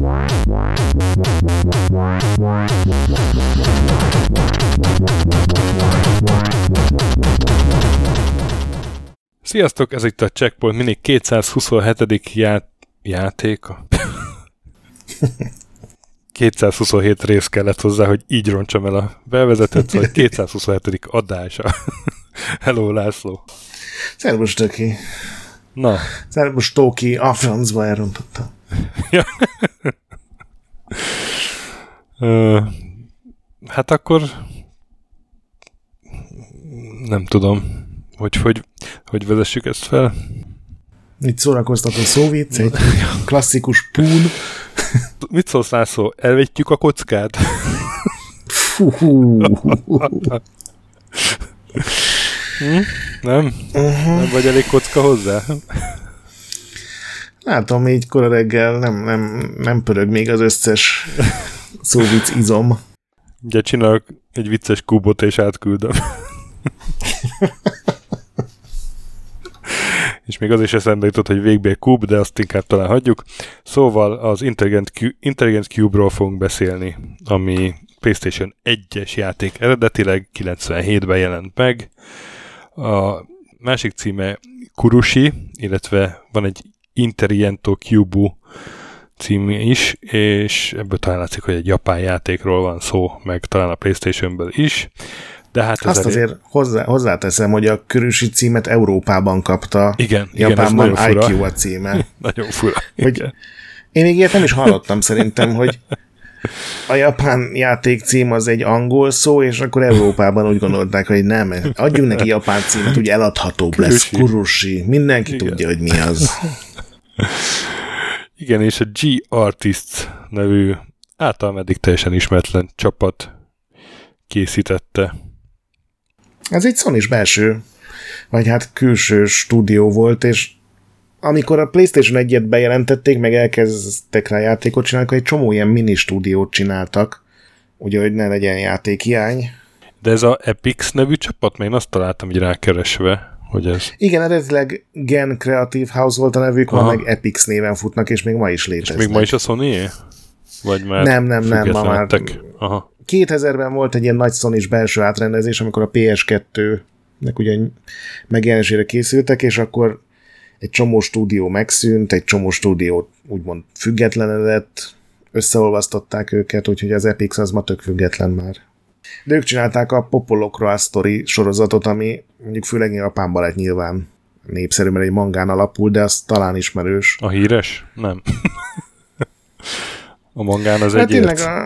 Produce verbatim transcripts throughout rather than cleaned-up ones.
Sziasztok, ez itt a Checkpoint Mini kétszázhuszonhetedik ját... játéka. kétszázhuszonhét rész kellett hozzá, hogy így roncsam el a bevezetőt, szóval kétszázhuszonhetedik adása. Hello, László. Szervus, Töki. Na. Szervus, Tóki. A francba elrontottam. Ja. uh, hát akkor nem tudom, hogy, hogy, hogy vezessük ezt fel. Itt szórakoztató szóvic, egy klasszikus pún. Mit szólsz, László? Elvetjük a kockát? hm? Nem? Uh-huh. Nem vagy elég kocka hozzá? Látom, így kora reggel nem, nem, nem pörög még az összes szóvic izom. Ugye csinálok egy vicces kubot és átküldöm. És még az is eszembe jutott, hogy végbél kub, de azt inkább talán hagyjuk. Szóval az Intelligent, Q- Intelligent Cube-ról fogunk beszélni, ami PlayStation egyes játék eredetileg kilencvenhétben jelent meg. A másik címe Kurushi, illetve van egy Intelligento Cube címe is, és ebből talán látszik, hogy egy japán játékról van szó, meg talán a PlayStation-ből is. De hát azt azért elég... hozzá, hozzáteszem, hogy a Kurushi címet Európában kapta. Igen, Japánban igen, i kú a címe. Nagyon fura. Hogy én még ilyet nem is hallottam szerintem, hogy a japán játék cím az egy angol szó, és akkor Európában úgy gondolták, hogy nem, adjunk neki japán címet, úgy eladhatóbb Kurushi. lesz. Kurushi. Mindenki igen. tudja, hogy mi az. Igen, és a G-Artists nevű általam eddig teljesen ismeretlen csapat készítette. Ez egy Sony-s belső, vagy hát külső stúdió volt, és amikor a PlayStation egyet bejelentették, meg elkezdtek rá játékot csinálni, akkor egy csomó ilyen mini stúdiót csináltak, ugye, hogy ne legyen játékhiány. De ez a Epix nevű csapat? Mert én azt találtam így rákeresve, hogy ez... Igen, eredetileg Gen Creative House volt a nevük, ma meg Epix néven futnak, és még ma is léteznek. És még ma is a Sony-é? Vagy már nem, nem, nem, ma már... Aha. kétezerben volt egy ilyen nagy Sony-s belső átrendezés, amikor a pé es kettőnek ugye megjelenésére készültek, és akkor egy csomó stúdió megszűnt, egy csomó stúdió úgymond függetlenedett, összeolvasztották őket, úgyhogy az Epix az ma tök független már. De ők csinálták a Popolo Croix Story sorozatot, ami mondjuk főleg Japánban lett nyilván népszerű, mert egy mangán alapul, de az talán ismerős. A híres? Nem. A mangán az hát egy tényleg a...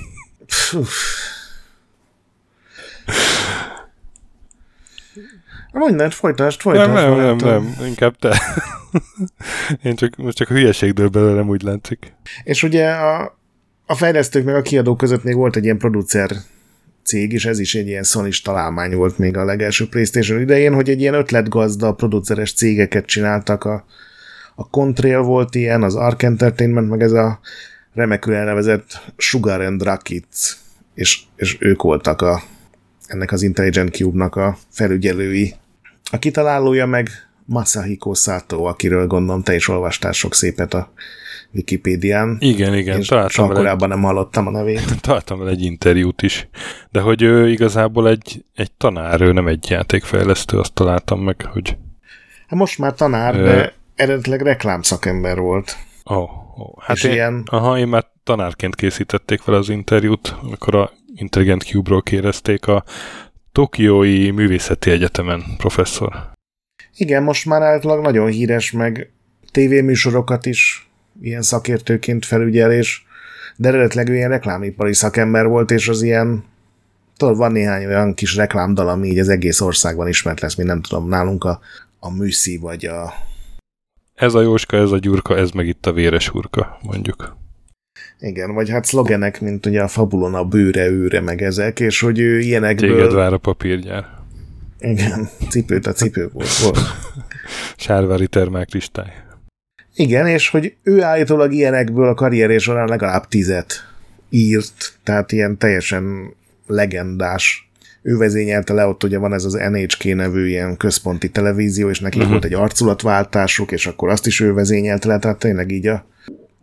Mondj, nem, folytasd, folytasd. Nem, nem, nem, nem, inkább te. Én csak, most csak a hülyeségdől belőlem úgy látszik. És ugye a, a fejlesztők meg a kiadók között még volt egy ilyen producer cég, és ez is egy ilyen Sony-s találmány volt még a legelső PlayStation idején, hogy egy ilyen ötletgazda produceres cégeket csináltak. A, a Contrail volt ilyen, az Arc Entertainment, meg ez a remekül elnevezett Sugar and Rockets, és, és ők voltak a, ennek az Intelligent Cube-nak a felügyelői. A kitalálója meg Masahiko Sato, akiről gondolom te is olvastál sok szépet a Wikipédián. Igen, igen. Találtam vele korábban egy... nem hallottam a nevét. Találtam vele egy interjút is. De hogy ő igazából egy, egy tanár, ő nem egy játékfejlesztő, azt találtam meg, hogy... Hát most már tanár, ö... de eredetileg reklámszakember volt. Ó, oh, oh. hát én, ilyen... aha, én már tanárként készítették vele az interjút, amikor a Intelligent Cube-ról kérdezték a Tokiói Művészeti Egyetemen professzor. Igen, most már általában nagyon híres, meg tévéműsorokat is ilyen szakértőként felügyelés, de eredetileg ő ilyen reklámipari szakember volt, és az ilyen, tudod, van néhány olyan kis reklámdal, ami így az egész országban ismert lesz, mint nem tudom, nálunk a, a Műszi, vagy a... Ez a Jóska, ez a Gyurka, ez meg itt a Véres Urka, mondjuk. Igen, vagy hát szlogenek, mint ugye a Fabulon a bőre, őre, meg ezek, és hogy ő ilyenekből... Téged vár a papírgyár. Igen, cipőt a cipőból volt. Sárvári termálkristály. Igen, és hogy ő állítólag ilyenekből a karrierje során legalább tizet írt, tehát ilyen teljesen legendás. Ő vezényelte le, ott ugye van ez az en há ká nevű ilyen központi televízió, és neki uh-huh. volt egy arculatváltásuk, és akkor azt is ő vezényelte le, tehát tényleg így a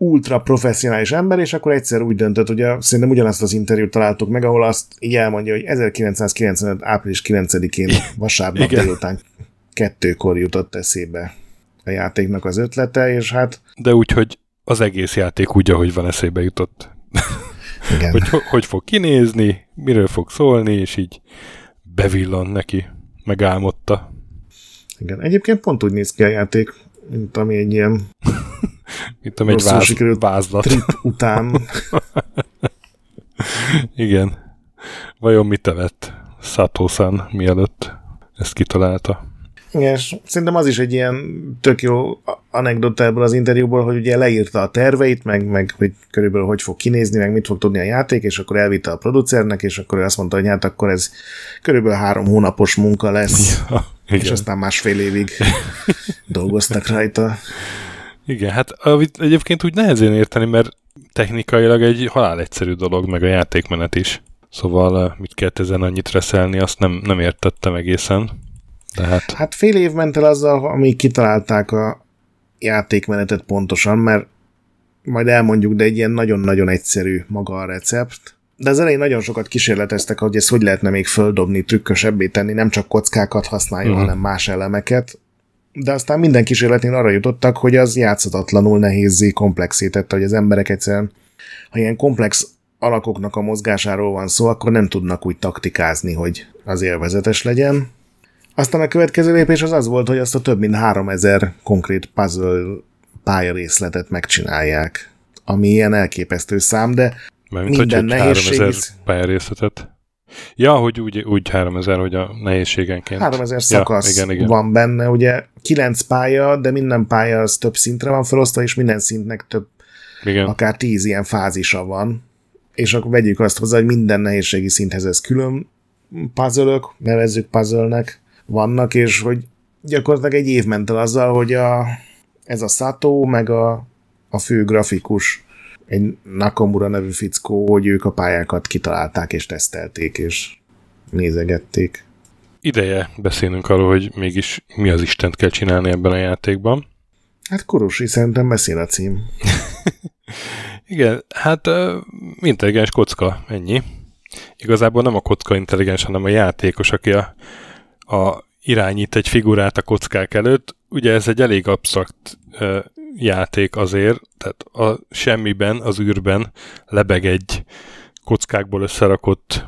ultra professzionális ember, és akkor egyszer úgy döntött, ugye szerintem ugyanazt az interjút találtuk meg, ahol azt így elmondja, hogy ezerkilencszázkilencvenöt április kilencedikén vasárnap délután kettőkor jutott eszébe a játéknak az ötlete, és hát... De úgy, hogy az egész játék úgy, ahogy van, eszébe jutott. Igen. hogy, hogy fog kinézni, miről fog szólni, és így bevillan neki, megálmodta. Igen, egyébként pont úgy néz ki a játék, mint ami egy ilyen mint ami egy váz, vázlat. Trip után. Igen. Vajon mit evett Sato-san mielőtt ezt kitalálta? Igen, és szerintem az is egy ilyen tök jó anekdota ebből az interjúból, hogy ugye leírta a terveit, meg, meg hogy körülbelül hogy fog kinézni, meg mit fog tudni a játék, és akkor elvitte a producernek, és akkor ő azt mondta, hogy hát akkor ez körülbelül három hónapos munka lesz, ja, és aztán másfél évig dolgoztak rajta. Igen, hát egyébként úgy nehezén érteni, mert technikailag egy halál egyszerű dolog, meg a játékmenet is. Szóval mit kellett ezen annyit reszelni, azt nem, nem értettem egészen. Tehát... Hát fél év ment el azzal, amíg kitalálták a játékmenetet pontosan, mert majd elmondjuk, de egy ilyen nagyon-nagyon egyszerű maga a recept. De az elején nagyon sokat kísérleteztek, hogy ezt hogy lehetne még földobni, trükkösebbé tenni, nem csak kockákat használjon, uh-huh. hanem más elemeket. De aztán minden kísérletén arra jutottak, hogy az játszatatlanul nehézzé, komplexítette, hogy az emberek egyszerűen, ha ilyen komplex alakoknak a mozgásáról van szó, akkor nem tudnak úgy taktikázni, hogy az élvezetes legyen. Aztán a következő lépés az az volt, hogy azt a több mint háromezer konkrét puzzle pályarészletet megcsinálják, ami ilyen elképesztő szám, de Mármint, minden hogy nehézség... háromezer pályarészletet. Ja, hogy úgy, úgy háromezer, hogy a nehézségenként. háromezer szakasz ja, igen, igen. van benne, ugye kilenc pálya, de minden pálya az több szintre van felosztva, és minden szintnek több, igen. akár tíz ilyen fázisa van. És akkor vegyük azt hozzá, hogy minden nehézségi szinthez ez külön puzzle-ök, nevezzük puzzle-nek, vannak, és hogy gyakorlatilag egy év ment el azzal, hogy a, ez a Sato, meg a, a fő grafikus, egy Nakamura nevű fickó, hogy ők a pályákat kitalálták, és tesztelték, és nézegették. Ideje beszélnünk arról, hogy mégis mi az Istent kell csinálni ebben a játékban. Hát Kuroshi, szerintem beszél a cím. Igen, hát uh, intelligens kocka, ennyi. Igazából nem a kocka intelligens, hanem a játékos, aki a a irányít egy figurát a kockák előtt. Ugye ez egy elég absztrakt uh, játék azért, tehát a semmiben, az űrben lebeg egy kockákból összerakott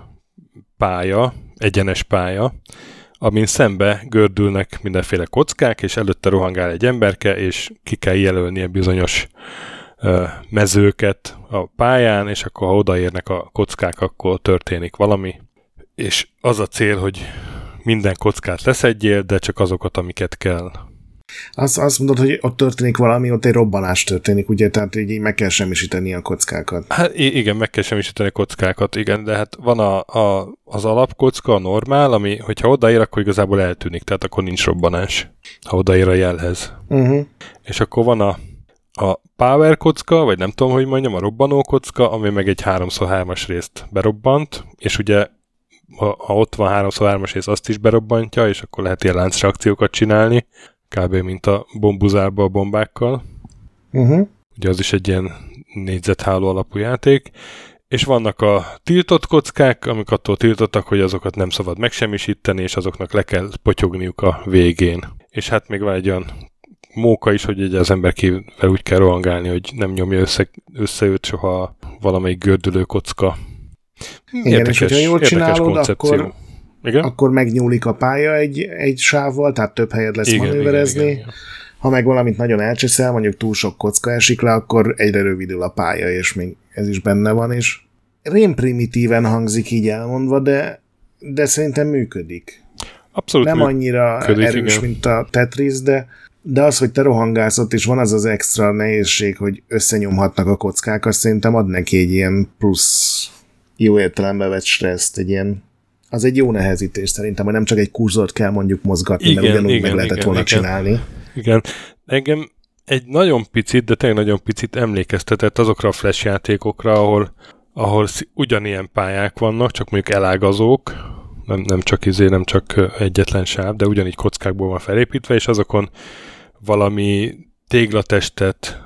pálya, egyenes pálya, amin szembe gördülnek mindenféle kockák, és előtte rohangál egy emberke, és ki kell jelölnie bizonyos uh, mezőket a pályán, és akkor ha odaérnek a kockák, akkor történik valami. És az a cél, hogy minden kockát leszedjél, de csak azokat, amiket kell. Azt, azt mondod, hogy ott történik valami, ott egy robbanás történik, ugye? Tehát így meg kell semmisíteni a kockákat. Hát igen, meg kell semmisíteni a kockákat, igen, de hát van a, a, az alapkocka, a normál, ami, hogyha odaér, akkor igazából eltűnik, tehát akkor nincs robbanás, ha odaér a jelhez. Uh-huh. És akkor van a, a power kocka, vagy nem tudom, hogy mondjam, a robbanó kocka, ami meg egy háromszor hármas részt berobbant, és ugye Ha, ha ott van háromszor hármas rész, azt is berobbantja, és akkor lehet ilyen láncreakciókat csinálni, kb. Mint a bombuzálba a bombákkal. Uh-huh. Ugye az is egy ilyen négyzetháló alapú játék. És vannak a tiltott kockák, amik attól tiltottak, hogy azokat nem szabad megsemmisíteni, és azoknak le kell potyogniuk a végén. És hát még van egy olyan móka is, hogy ugye az ember kivel úgy kell rohangálni, hogy nem nyomja össze, össze őt soha valamelyik gördülő kocka. Igen, érdekes, és hogyha jól csinálod, akkor, akkor megnyúlik a pálya egy, egy sávval, tehát több helyed lesz igen, manőverezni. Igen, igen, igen. Ha meg valamit nagyon elcseszel, mondjuk túl sok kocka esik le, akkor egyre rövidül a pálya, és még ez is benne van, és rém primitíven hangzik így elmondva, de, de szerintem működik. Abszolút nem annyira működik, erős, igen. mint a Tetris, de, de az, hogy te rohangálsz ott, és van az az extra nehézség, hogy összenyomhatnak a kockák, azt szerintem ad neki egy ilyen plusz jó értelembe vett stresszt, egy ilyen, az egy jó nehezítés szerintem, hogy nem csak egy kurzort kell mondjuk mozgatni, igen, mert ugyanúgy igen, meg lehetett igen, volna igen. csinálni. Igen. Engem egy nagyon picit, de tényleg nagyon picit emlékeztetett azokra a flash játékokra, ahol, ahol ugyanilyen pályák vannak, csak mondjuk elágazók, nem, nem csak izé, nem csak egyetlen sáv, de ugyanígy kockákból van felépítve, és azokon valami téglatestet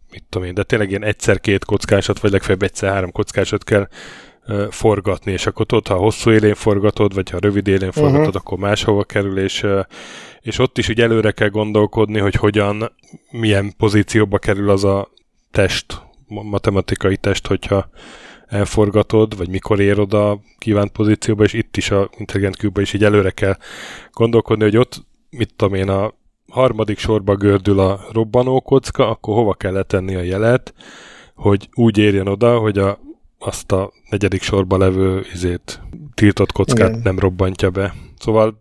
mit tudom én, de tényleg ilyen egyszer-két kockásat, vagy legfeljebb egyszer-három kockásat kell uh, forgatni, és akkor ott, ha hosszú élén forgatod, vagy ha rövid élén forgatod, uh-huh. akkor máshova kerül, és, uh, és ott is úgy előre kell gondolkodni, hogy hogyan, milyen pozícióba kerül az a test, matematikai test, hogyha elforgatod, vagy mikor ér oda a kívánt pozícióba, és itt is a Intelligent Cube-ba is így előre kell gondolkodni, hogy ott, mit tudom én, a harmadik sorba gördül a robbanó kocka, akkor hova kell letenni a jelet, hogy úgy érjen oda, hogy a, azt a negyedik sorba levő izét, tiltott kockát igen. nem robbantja be. Szóval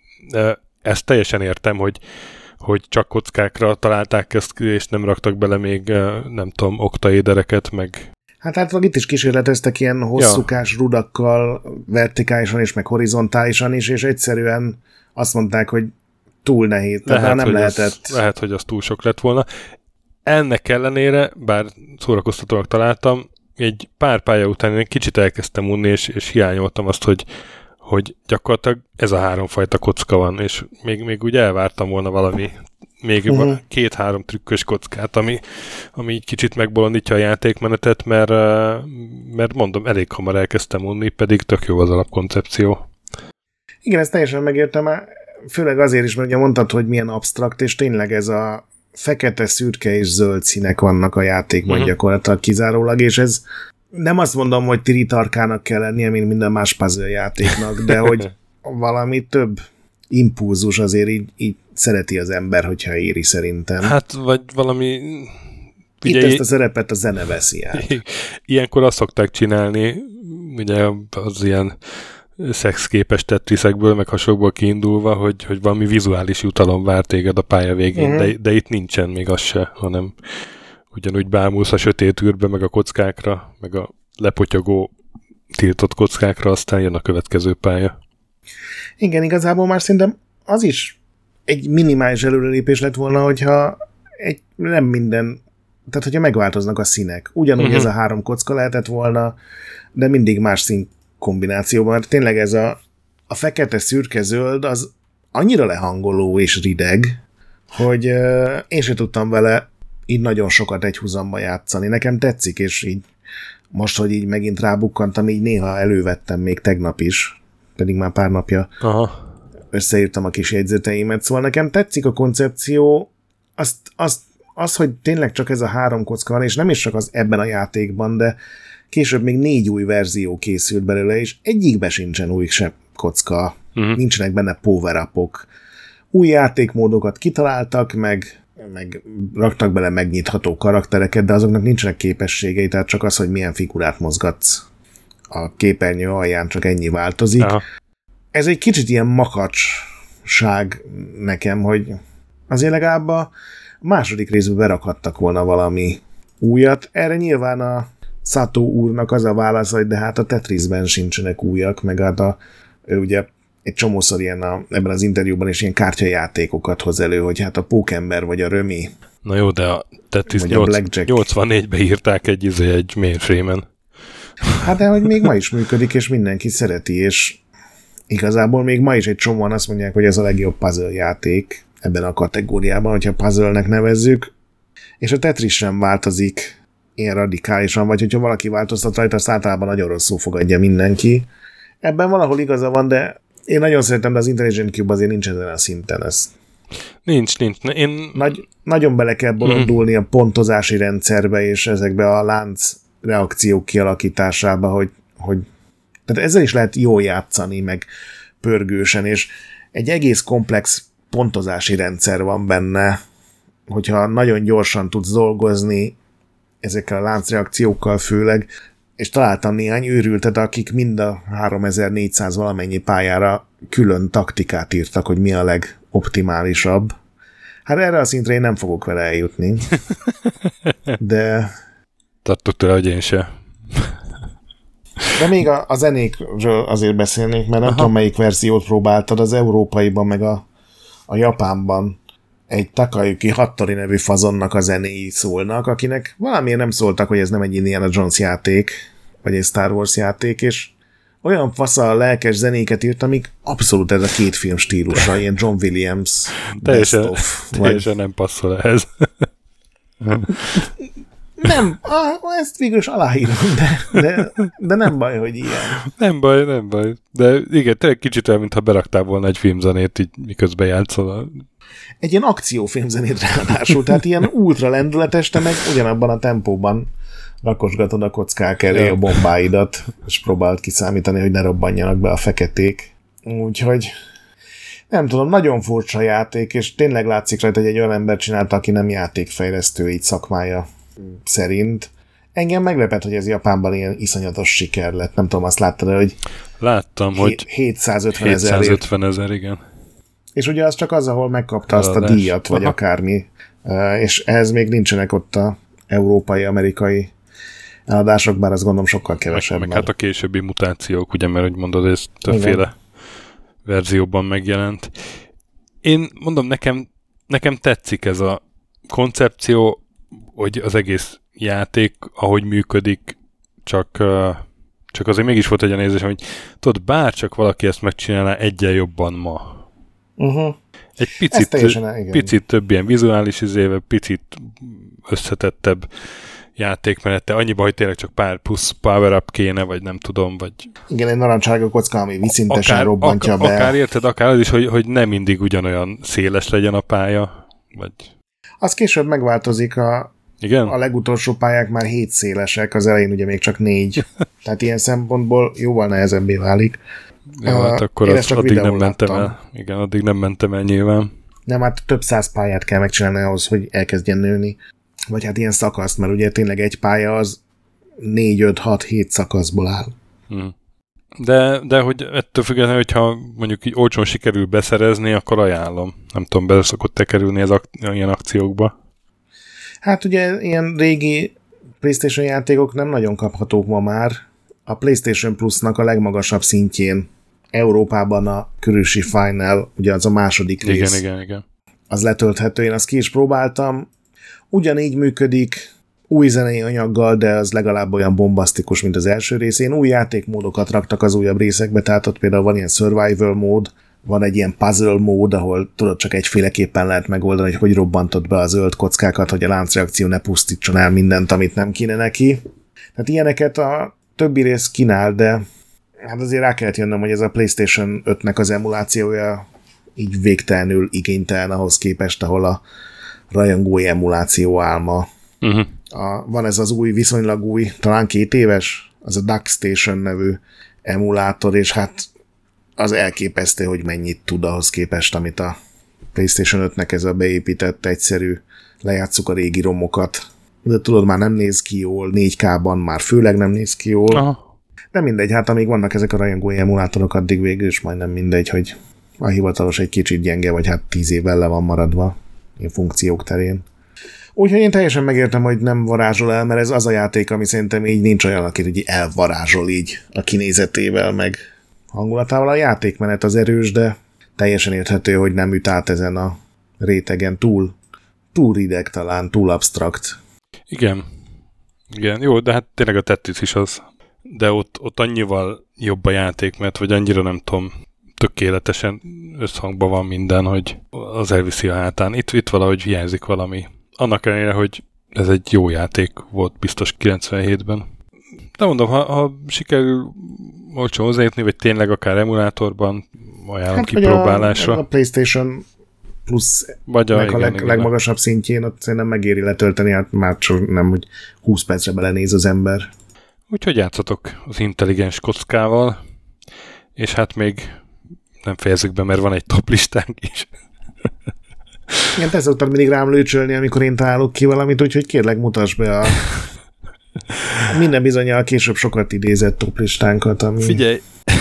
ezt teljesen értem, hogy, hogy csak kockákra találták ezt, és nem raktak bele még, nem tudom, oktaédereket, meg hát hát itt is kísérleteztek ilyen hosszúkás ja. rudakkal, vertikálisan is, meg horizontálisan is, és egyszerűen azt mondták, hogy túl nehéz, tehát lehet, nem lehetett. Az, lehet, hogy az túl sok lett volna. Ennek ellenére, bár szórakoztatónak találtam, egy pár pálya után egy kicsit elkezdtem unni, és, és hiányoltam azt, hogy, hogy gyakorlatilag ez a háromfajta kocka van, és még, még úgy elvártam volna valami még uh-huh. két-három trükkös kockát, ami, ami így kicsit megbolondítja a játékmenetet, mert, mert mondom, elég hamar elkezdtem unni, pedig tök jó az alapkoncepció. Igen, ezt teljesen megértem, főleg azért is, mert ugye mondtad, hogy milyen absztrakt, és tényleg ez a fekete, szürke és zöld színek vannak a játékban uh-huh. gyakorlatilag kizárólag, és ez nem azt mondom, hogy tiritarkának kell lennie, mint minden más puzzle játéknak, de hogy valami több impulzus azért így, így szereti az ember, hogyha éri szerintem. Hát, vagy valami... Itt ugye ezt a szerepet a zene veszi át. Ilyenkor azt szokták csinálni, ugye az ilyen szexképes tetriszekből, meg hasonlókból kiindulva, hogy, hogy valami vizuális jutalom vár téged a pálya végén, uh-huh. de, de itt nincsen még az se, hanem ugyanúgy bámulsz a sötét űrbe, meg a kockákra, meg a lepotyogó tiltott kockákra, aztán jön a következő pálya. Igen, igazából már szerintem az is egy minimális előrelépés lett volna, hogyha egy, nem minden, tehát hogyha megváltoznak a színek. Ugyanúgy uh-huh. ez a három kocka lehetett volna, de mindig más szín kombinációban, mert tényleg ez a, a fekete, szürke, zöld az annyira lehangoló és rideg, hogy uh, én sem tudtam vele így nagyon sokat egy húzamba játszani. Nekem tetszik, és így most, hogy így megint rábukkantam, így néha elővettem még tegnap is, pedig már pár napja Aha. összeírtam a kis jegyzeteimet, szóval nekem tetszik a koncepció, azt, azt, az, hogy tényleg csak ez a három kocka van, és nem is csak az ebben a játékban, de később még négy új verzió készült belőle, és egyikben sincsen új sem kocka, uh-huh. nincsenek benne power-upok. Új játékmódokat kitaláltak, meg, meg raktak bele megnyitható karaktereket, de azoknak nincsenek képességei, tehát csak az, hogy milyen figurát mozgatsz a képernyő alján, csak ennyi változik. Aha. Ez egy kicsit ilyen makacsság nekem, hogy azért legalább a második részben berakhattak volna valami újat. Erre nyilván a Sato úrnak az a válasz, hogy de hát a Tetrisben sincsenek újak, meg hát a, ő ugye egy csomószor ilyen a, ebben az interjúban is ilyen kártyajátékokat hoz elő, hogy hát a Pókember vagy a Römi. Na jó, de a Tetris nyolcvannégybe írták egy, izé, egy mainframe-en. Hát de hogy még ma is működik, és mindenki szereti, és igazából még ma is egy csomóan azt mondják, hogy ez a legjobb puzzle játék ebben a kategóriában, hogyha puzzle-nek nevezzük, és a Tetris sem változik ilyen radikálisan, vagy hogyha valaki változtat rajta, azt általában nagyon rosszul fogadja mindenki. Ebben valahol igaza van, de én nagyon szeretem, de az Intelligent Cube azért nincs ezen a szinten. Ez nincs, nincs. Én... Nagy, nagyon bele kell bolondulni mm. a pontozási rendszerbe, és ezekbe a lánc reakciók kialakításába, hogy, hogy tehát ezzel is lehet jól játszani, meg pörgősen, és egy egész komplex pontozási rendszer van benne, hogyha nagyon gyorsan tudsz dolgozni ezekkel a láncreakciókkal főleg, és találtam néhány őrültet, akik mind a háromezer-négyszáz valamennyi pályára külön taktikát írtak, hogy mi a legoptimálisabb. Hát erre a szintre én nem fogok vele eljutni. De... Tartok tőle, hogy én se. De még a, a zenékről azért beszélnék, mert nem Aha. tudom, melyik verziót próbáltad, az európaiban, meg a, a japánban egy Takayuki Hattori nevű fazonnak a zenéi szólnak, akinek valamiért nem szóltak, hogy ez nem egy Indiana Jones játék, vagy egy Star Wars játék, és olyan faszal lelkes zenéket írt, amik abszolút ez a két film stílusa, ilyen John Williams teljesen, best of, teljesen vagy... nem passzol ehhez. Nem, á, ezt végül is aláírom, de, de, de nem baj, hogy ilyen. Nem baj, nem baj. De igen, tényleg kicsit olyan, mintha beraktál volna egy filmzenét, így miközben játszol. Egy ilyen akciófilmzenét ráadásul, tehát ilyen ultra lendületes, te meg ugyanabban a tempóban rakosgatod a kockák elé a bombáidat, és próbáld kiszámítani, hogy ne robbanjanak be a feketék. Úgyhogy nem tudom, nagyon furcsa játék, és tényleg látszik rajta, hogy egy olyan ember csinálta, aki nem játékfejlesztő így szakmája szerint. Engem meglepett, hogy ez Japánban ilyen iszonyatos siker lett. Nem tudom, azt láttad, hogy láttam, hé- hogy hétszázötven ezer. hétszázötven ezer, igen. És ugye az csak az, ahol megkapta azt a díjat, vagy Aha. akármi. És ehhez még nincsenek ott a európai, amerikai eladások, bár azt gondolom sokkal kevesebb. Meg, meg hát a későbbi mutációk, ugye, mert hogy mondod, ez többféle igen. verzióban megjelent. Én mondom, nekem, nekem tetszik ez a koncepció, hogy az egész játék, ahogy működik, csak, csak azért mégis volt egy olyan érzés, hogy tudod, bárcsak valaki ezt megcsinálná egyen jobban ma. Uh-huh. Egy picit, teljesen, picit több ilyen vizuális izével, picit összetettebb játékmenete, annyiba, hogy tényleg csak pár plusz power-up kéne, vagy nem tudom, vagy... Igen, egy narancsárga kocka, ami viszintesen akár, robbantja akár, be. Akár érted, akár az is, hogy, hogy nem mindig ugyanolyan széles legyen a pálya, vagy... Az később megváltozik, a, Igen? a legutolsó pályák már hét szélesek, az elején ugye még csak négy. Tehát ilyen szempontból jóval nehezebbé válik. Jó, hát akkor az, addig nem mentem láttam. el. Igen, addig nem mentem el nyilván. Nem, hát több száz pályát kell megcsinálni ahhoz, hogy elkezdjen nőni. Vagy hát ilyen szakaszt, mert ugye tényleg egy pálya az négy, öt, hat, hét szakaszból áll. Hmm. De, de hogy ettől függetlenül, hogyha mondjuk így olcsón sikerül beszerezni, akkor ajánlom. Nem tudom, be szokott-e kerülni az ak- ilyen akciókba? Hát ugye ilyen régi PlayStation játékok nem nagyon kaphatók ma már. A PlayStation Plus-nak a legmagasabb szintjén Európában a Kurushi Final, ugye az a második rész. Igen, igen, igen. Az letölthető, én azt ki is próbáltam. Ugyanígy működik, új zenei anyaggal, de az legalább olyan bombasztikus, mint az első részén. Új játékmódokat raktak az újabb részekbe, tehát ott például van ilyen survival mód, van egy ilyen puzzle mód, ahol tudod, csak egyféleképpen lehet megoldani, hogy hogy robbantod be a zöld kockákat, hogy a láncreakció ne pusztítson el mindent, amit nem kéne neki. Tehát ilyeneket a többi rész kínál, de hát azért rá kellett jönnöm, hogy ez a PlayStation ötnek az emulációja így végtelenül igénytelen ahhoz képest, ahol a rajongói emuláció álma. Uh-huh. A, van ez az új, viszonylag új, talán két éves, az a DuckStation nevű emulátor, és hát az elképesztő, hogy mennyit tud ahhoz képest, amit a PlayStation ötnek ez a beépített egyszerű, lejátsszuk a régi romokat. De tudod, már nem néz ki jól, négy ká-ban már főleg nem néz ki jól. Aha. De mindegy, hát amíg vannak ezek a rajongói emulátorok, addig végül is majdnem mindegy, hogy a hivatalos egy kicsit gyenge, vagy hát tíz évvel le van maradva ilyen funkciók terén. Úgyhogy én teljesen megértem, hogy nem varázsol el, mert ez az a játék, ami szerintem így nincs olyan, akit így elvarázsol így a kinézetével, meg hangulatával. A játékmenet az erős, de teljesen érthető, hogy nem üt át ezen a rétegen túl, túl rideg talán, túl absztrakt. Igen. Igen, jó, de hát tényleg a Tetris is az. De ott, ott annyival jobb a játék, mert vagy annyira nem tudom, tökéletesen összhangban van minden, hogy az elviszi a hátán. Itt, itt valahogy hiányzik valami. Annak ellenére, hogy ez egy jó játék volt biztos kilencvenhétben. De mondom, ha, ha sikerül olcsón hozzájutni, vagy tényleg akár emulátorban ajánlom hát, kipróbálásra. A, a PlayStation Plus vagy a, meg igen, a leg, igen, legmagasabb szintjén, ott szerintem megéri letölteni, hát már csak nem, hogy húsz percre belenéz az ember. Úgyhogy játszatok az intelligens kockával, és hát még nem fejezzük be, mert van egy toplistánk is. Igen, te szoktad mindig rám lőcsölni, amikor én találok ki valamit, úgyhogy kérlek mutasd be a minden bizonnyal később sokat idézett toplistánkat. Ami... Figyelj!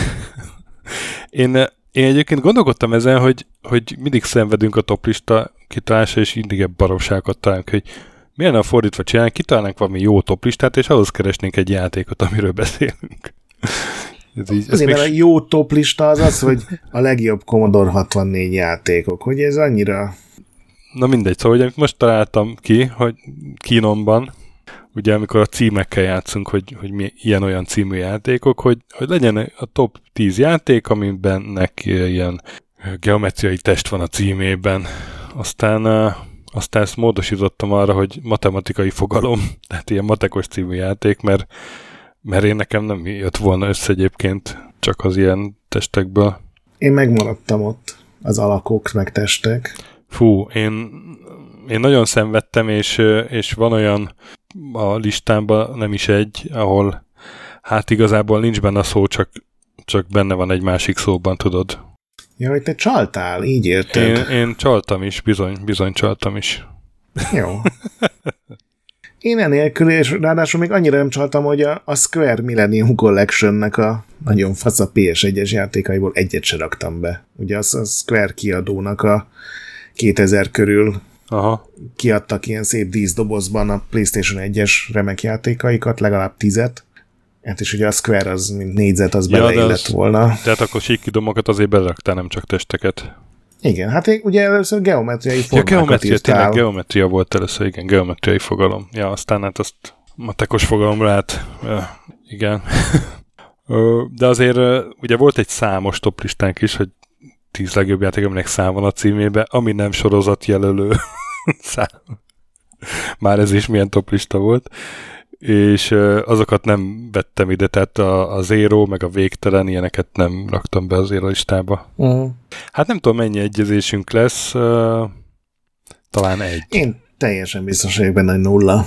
én, én egyébként gondolkodtam ezen, hogy, hogy mindig szenvedünk a toplista kitalálásra, és mindig egy baromságot találunk, hogy milyen a fordítva csinálni, kitalálnánk valami jó toplistát, és ahhoz keresnénk egy játékot, amiről beszélünk. Ez így, Azért, mert még... a jó toplista az az, hogy a legjobb Commodore hatvannégy játékok, hogy ez annyira... Na mindegy, szóval ugye most találtam ki, hogy kínomban, ugye amikor a címekkel játszunk, hogy, hogy mi ilyen-olyan című játékok, hogy, hogy legyen a top tíz játék, amiben neki ilyen geometriai test van a címében. Aztán aztán ezt módosítottam arra, hogy matematikai fogalom, tehát ilyen matekos című játék, mert, mert én nekem nem jött volna össze egyébként csak az ilyen testekből. Én megmaradtam ott, az alakok, meg testek. Fú, én, én nagyon szenvedtem, és, és van olyan a listámban, nem is egy, ahol hát igazából nincs benne a szó, csak, csak benne van egy másik szóban, tudod. Ja, hogy te csaltál, így érted? Én, én csaltam is, bizony, bizony csaltam is. Jó. Én enélkül, és ráadásul még annyira nem csaltam, hogy a, a Square Millennium Collection-nek a nagyon fasz a pé es egyes játékaiból egyet se raktam be. Ugye az a Square kiadónak a kétezer körül Aha. kiadtak ilyen szép díszdobozban a PlayStation egyes remek játékaikat, legalább tizet. Hát és ugye a Square az, mint négyzet, az ja, beleillett az, volna. Tehát akkor síkidomokat azért beleraktál, nem csak testeket. Igen, hát én ugye először geometriai formákat ja, geometria, írtál. Tényleg geometria volt először, igen, geometriai fogalom. Ja, aztán hát azt matekos fogalomra hát, ja, igen. De azért ugye volt egy számos toplistánk is, hogy tíz legjobb játék, aminek szám van a címébe, ami nem sorozatjelölő szám. Már ez is milyen toplista volt. És azokat nem vettem ide, tehát a, a Zero, meg a Végtelen, ilyeneket nem raktam be az Zero listába. Uh-huh. Hát nem tudom, mennyi egyezésünk lesz, uh, talán egy. Én teljesen biztos vagyok benne, hogy nulla.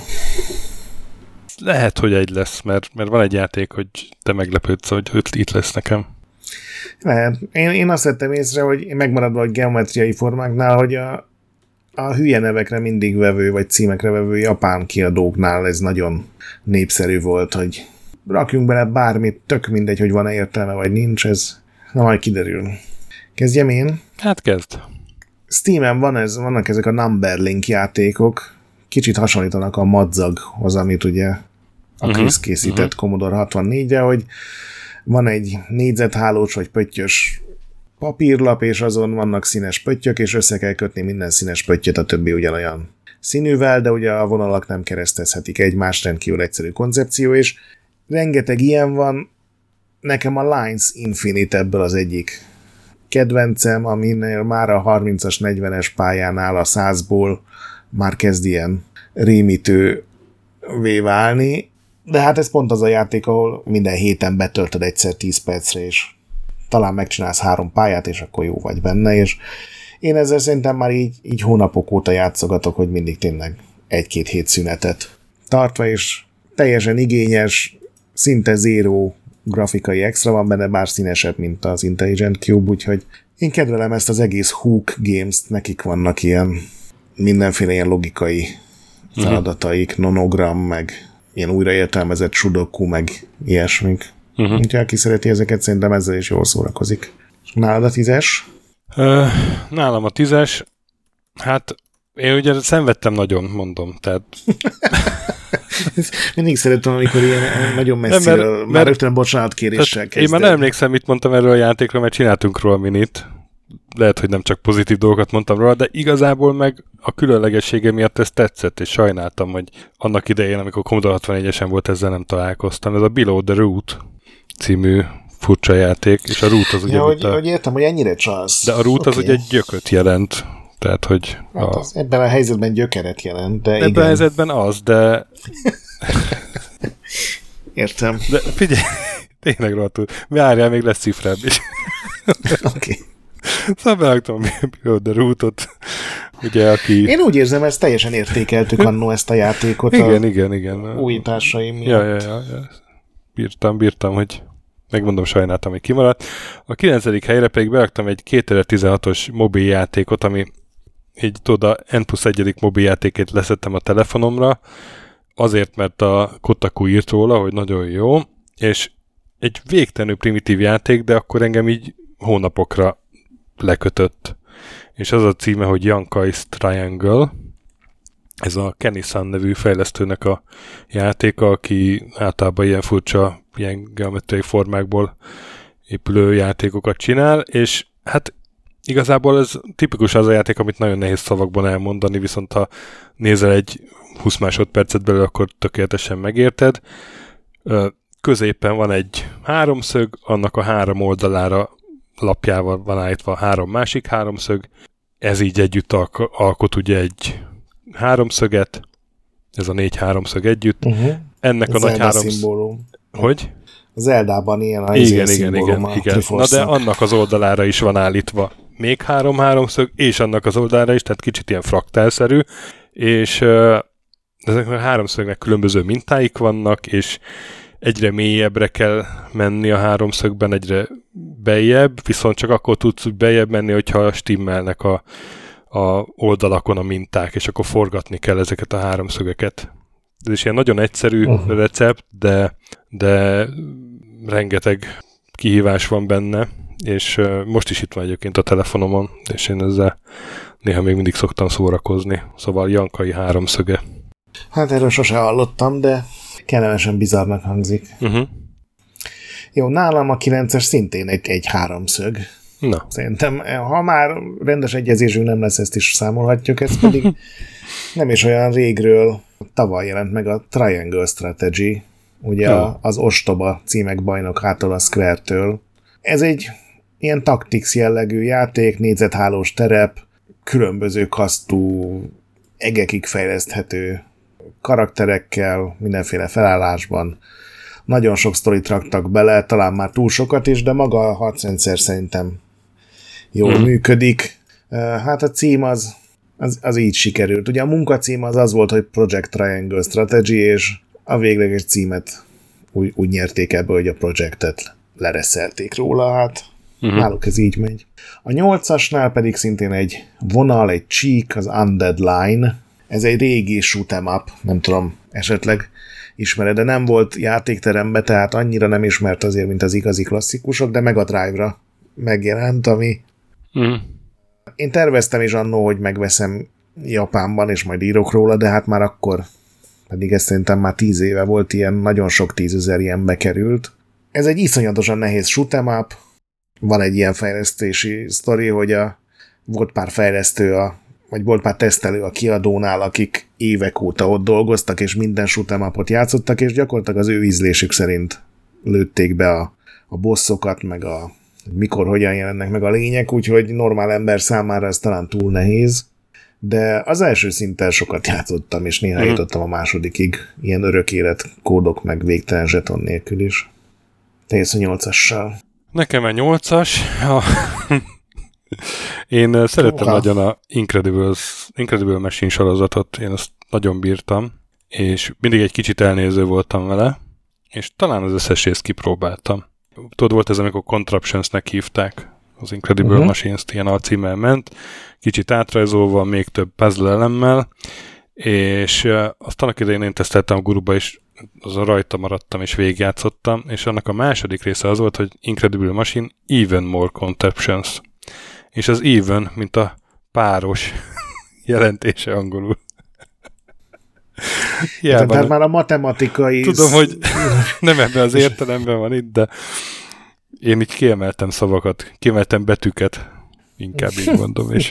Lehet, hogy egy lesz, mert, mert van egy játék, hogy te meglepődsz, hogy öt itt lesz nekem. Lehet. Én, én azt vettem észre, hogy megmaradva a geometriai formáknál, hogy a a hülye nevekre mindig vevő, vagy címekre vevő japán kiadóknál ez nagyon népszerű volt, hogy rakjunk bele bármit, tök mindegy, hogy van-e értelme, vagy nincs, ez na majd kiderül. Kezdjem én? Hát kezd. Steamen van ez, vannak ezek a Numberlink játékok, kicsit hasonlítanak a Madzaghoz, amit ugye a Chris uh-huh. készített uh-huh. Commodore hatvannégyre, hogy van egy négyzethálós vagy pöttyös papírlap, és azon vannak színes pöttyök, és össze kell kötni minden színes pöttyöt, a többi ugyanolyan színűvel, de ugye a vonalak nem keresztezhetik egymást, rendkívül egyszerű koncepció, és rengeteg ilyen van. Nekem a Lines Infinite ebből az egyik kedvencem, aminél már a harmincas, negyvenes pályánál a százból már kezd ilyen rémítővé válni, de hát ez pont az a játék, ahol minden héten betöltöd egyszer tíz percre, és talán megcsinálsz három pályát, és akkor jó vagy benne, és én ezzel szerintem már így, így hónapok óta játszogatok, hogy mindig tényleg egy-két hét szünetet tartva, és teljesen igényes, szinte zéró grafikai extra van benne, bár színesebb, mint az Intelligent Cube, úgyhogy én kedvelem ezt az egész Hook Games-t, nekik vannak ilyen mindenféle ilyen logikai feladataik, uh-huh. nonogram, meg ilyen újraértelmezett sudoku, meg ilyesmik. Uh-huh. Úgyhogy aki szereti ezeket, szerintem ezzel is jól szórakozik. Nálad a tízes? Uh, nálam a tízes, hát én ugye szenvedtem nagyon, mondom, tehát... Mindig szeretem, amikor ilyen nagyon messziről, mert, már rögtön bocsánatkéréssel kezdem. Én már nem emlékszem, mit mondtam erről a játékról, mert csináltunk róla minit. Lehet, hogy nem csak pozitív dolgokat mondtam róla, de igazából meg a különlegessége miatt ez tetszett, és sajnáltam, hogy annak idején, amikor Commodore hatvannégyesen volt, ezzel nem találkoztam. Ez a Below the Root című furcsa játék, és a root az ugye... Ja, hogy, a, hogy értem, hogy ennyire csalsz. De a root okay. az ugye egy gyököt jelent. Tehát, hogy... Hát a, az ebben a helyzetben gyökeret jelent, de ebben igen. a helyzetben az, de... Értem. De figyelj, tényleg rohadtul. Várjál, még lesz cifrább is. Oké. Okay. Szóval beraktam a rootot, ugye, aki... Én úgy érzem, ezt teljesen értékeltük annó ezt a játékot. Igen, a igen, igen. Újításaim miatt. Ja, ja, ja, ja. Bírtam, bírtam, hogy megmondom, sajnáltam, hogy kimaradt. A kilencedik helyre pedig beraktam egy kétezer-tizenhatos mobil játékot, ami így tudod, a N plusz egyedik mobil játékét leszettem a telefonomra, azért, mert a Kotaku írt róla, hogy nagyon jó, és egy végtelenül primitív játék, de akkor engem így hónapokra lekötött. És az a címe, hogy Yonkai's Triangle. Ez a Kenny Sun nevű fejlesztőnek a játéka, aki általában ilyen furcsa, ilyen geometriai formákból épülő játékokat csinál, és hát igazából ez tipikus az a játék, amit nagyon nehéz szavakban elmondani, viszont ha nézel egy húsz másodpercet belőle, akkor tökéletesen megérted. Középen van egy háromszög, annak a három oldalára lapjával van állítva három másik háromszög, ez így együtt alk- alkot ugye egy háromszöget, ez a négy háromszög együtt. Uh-huh. Ennek a nagy háromszög... szimbólum. Hogy? Az Eldában ilyen a igen, igen, igen, igen. Na de annak az oldalára is van állítva még három háromszög, és annak az oldalára is, tehát kicsit ilyen fraktálszerű, és uh, ezeknek a háromszögnek különböző mintáik vannak, és egyre mélyebbre kell menni a háromszögben, egyre beljebb, viszont csak akkor tudsz úgy beljebb menni, hogyha stimmelnek a, a oldalakon a minták, és akkor forgatni kell ezeket a háromszögeket. Ez is ilyen nagyon egyszerű uh-huh. recept, de, de rengeteg kihívás van benne, és uh, most is itt van egyébként a telefonomon, és én ezzel néha még mindig szoktam szórakozni. Szóval Jankai háromszöge. Hát erről sose hallottam, de kellemesen bizarrnak hangzik. Uh-huh. Jó, nálam a kilences szintén egy, egy háromszög. Na. Szerintem, ha már rendes egyezésünk nem lesz, ezt is számolhatjuk, ez pedig nem is olyan régről tavaly jelent meg a Triangle Strategy, ugye ja. a, az ostoba címek bajnokától, a Square-től. Ez egy ilyen tactics jellegű játék, négyzethálós terep, különböző kasztú, egekig fejleszthető karakterekkel, mindenféle felállásban. Nagyon sok sztorit raktak bele, talán már túl sokat is, de maga a harcrendszer szerintem jól hmm. működik. Hát a cím az, az, az így sikerült. Ugye a munkacím az az volt, hogy Project Triangle Strategy, és a végleges címet úgy, úgy nyerték ebből, hogy a projektet lereszelték róla, hát uh-huh. náluk ez így megy. A nyolcasnál pedig szintén egy vonal, egy csík, az Undead Line. Ez egy régi shoot'em up, nem tudom, esetleg ismered, de nem volt játékteremben, tehát annyira nem ismert azért, mint az igazi klasszikusok, de Mega Drive-ra megjelent, ami uh-huh. én terveztem is annó, hogy megveszem Japánban, és majd írok róla, de hát már akkor, pedig ez szerintem már tíz éve volt ilyen, nagyon sok tízezer ilyenbe került. Ez egy iszonyatosan nehéz shoot'em up, van egy ilyen fejlesztési sztori, hogy a, volt pár fejlesztő, a, vagy volt pár tesztelő a kiadónál, akik évek óta ott dolgoztak, és minden shoot'em upot játszottak, és gyakorlatilag az ő ízlésük szerint lőtték be a, a bosszokat, meg a mikor, hogyan jelennek meg a lények, úgyhogy normál ember számára ez talán túl nehéz, de az első szinten sokat játszottam, és néha uh-huh. jutottam a másodikig, ilyen örök élet kódok, meg végtelen zseton nélkül is. Te jössz a nyolcassal. Nekem a nyolcas. A... Én szerettem Oha. nagyon a Incredible, Incredible Machine sorozatot, én azt nagyon bírtam, és mindig egy kicsit elnéző voltam vele, és talán az összes részt kipróbáltam. Tudod, volt ez, amikor Contraptionsnek hívták az Incredible uh-huh. Machines-t, ilyen alcímmel ment, kicsit átrajzolva, még több puzzle elemmel, és azt annak idején én teszteltem a guruba, és azon rajta maradtam, és végigjátszottam, és annak a második része az volt, hogy Incredible Machine Even More Contraptions. És az even, mint a páros jelentése angolul. Hiába, tehát már a matematikai... Tudom, hogy nem ebben az értelemben van itt, de én így kiemeltem szavakat, kiemeltem betűket, inkább így mondom, és...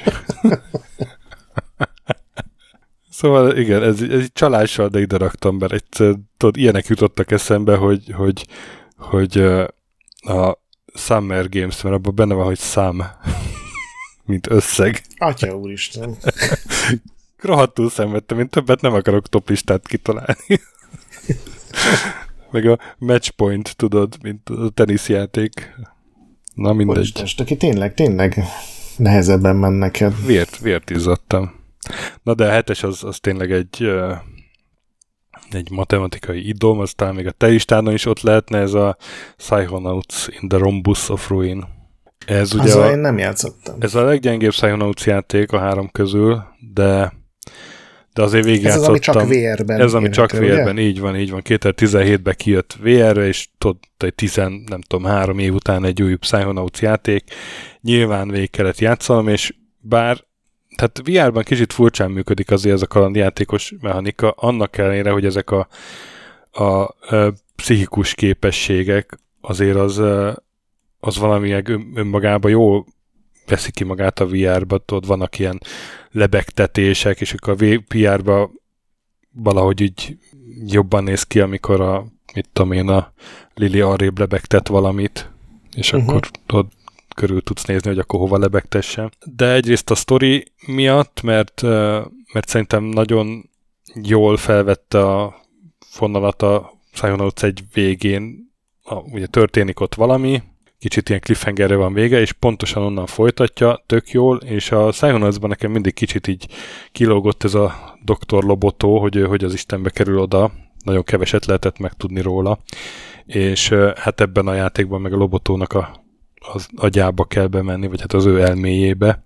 Szóval igen, ez, ez egy csalással, de ide raktam be. Egyszer, tudod, ilyenek jutottak eszembe, hogy, hogy, hogy a Summer Games, mert abban benne van, hogy sum, mint összeg. Atya úristen. Rohadtul szenvedtem, én többet nem akarok toplistát kitalálni. Meg a matchpoint, tudod, mint a teniszjáték. Na mindegy. Úristen, aki tényleg, tényleg nehezebben men neked. Vért, vért izzadtam. Na de a hetes az, az tényleg egy, uh, egy matematikai idóm, aztán még a te listádon is ott lehetne ez a Psychonauts in the Rhombus of Ruin. Ez ugye Azzal a, én nem játszottam. Ez a leggyengébb Psychonauts játék a három közül, de, de azért végigjátszottam. Ez az, ami csak vé er-ben. Ez, ami csak vé er-ben, így van, így van. kétezer-tizenhétben kijött vé er-re, és tudod, egy tizen, nem tudom, három év után egy új Psychonauts játék. Nyilván végig kellett játszanom, és bár tehát vé er-ben kicsit furcsán működik azért ez a kalandjátékos mechanika, annak ellenére, hogy ezek a, a, a pszichikus képességek azért az, az valamilyen önmagában jól veszi ki magát a vé er-ba, ott vannak ilyen lebegtetések, és akkor a vé er-ba valahogy így jobban néz ki, amikor a, mit tudom én, a Lili arrébb lebegtet valamit, és uh-huh. akkor tudod, körül tudsz nézni, hogy akkor hova lebegtesse. De egyrészt a sztori miatt, mert, mert szerintem nagyon jól felvette a fonalat a Psychonauts egy végén, a, ugye történik ott valami, kicsit ilyen cliffhangerre van vége, és pontosan onnan folytatja, tök jól, és a Psychonautsban nekem mindig kicsit így kilógott ez a doktor Loboto, hogy ő hogy az Istenbe kerül oda, nagyon keveset lehetett megtudni róla, és hát ebben a játékban meg a Lobotónak a, az agyába kell bemenni, vagy hát az ő elméjébe,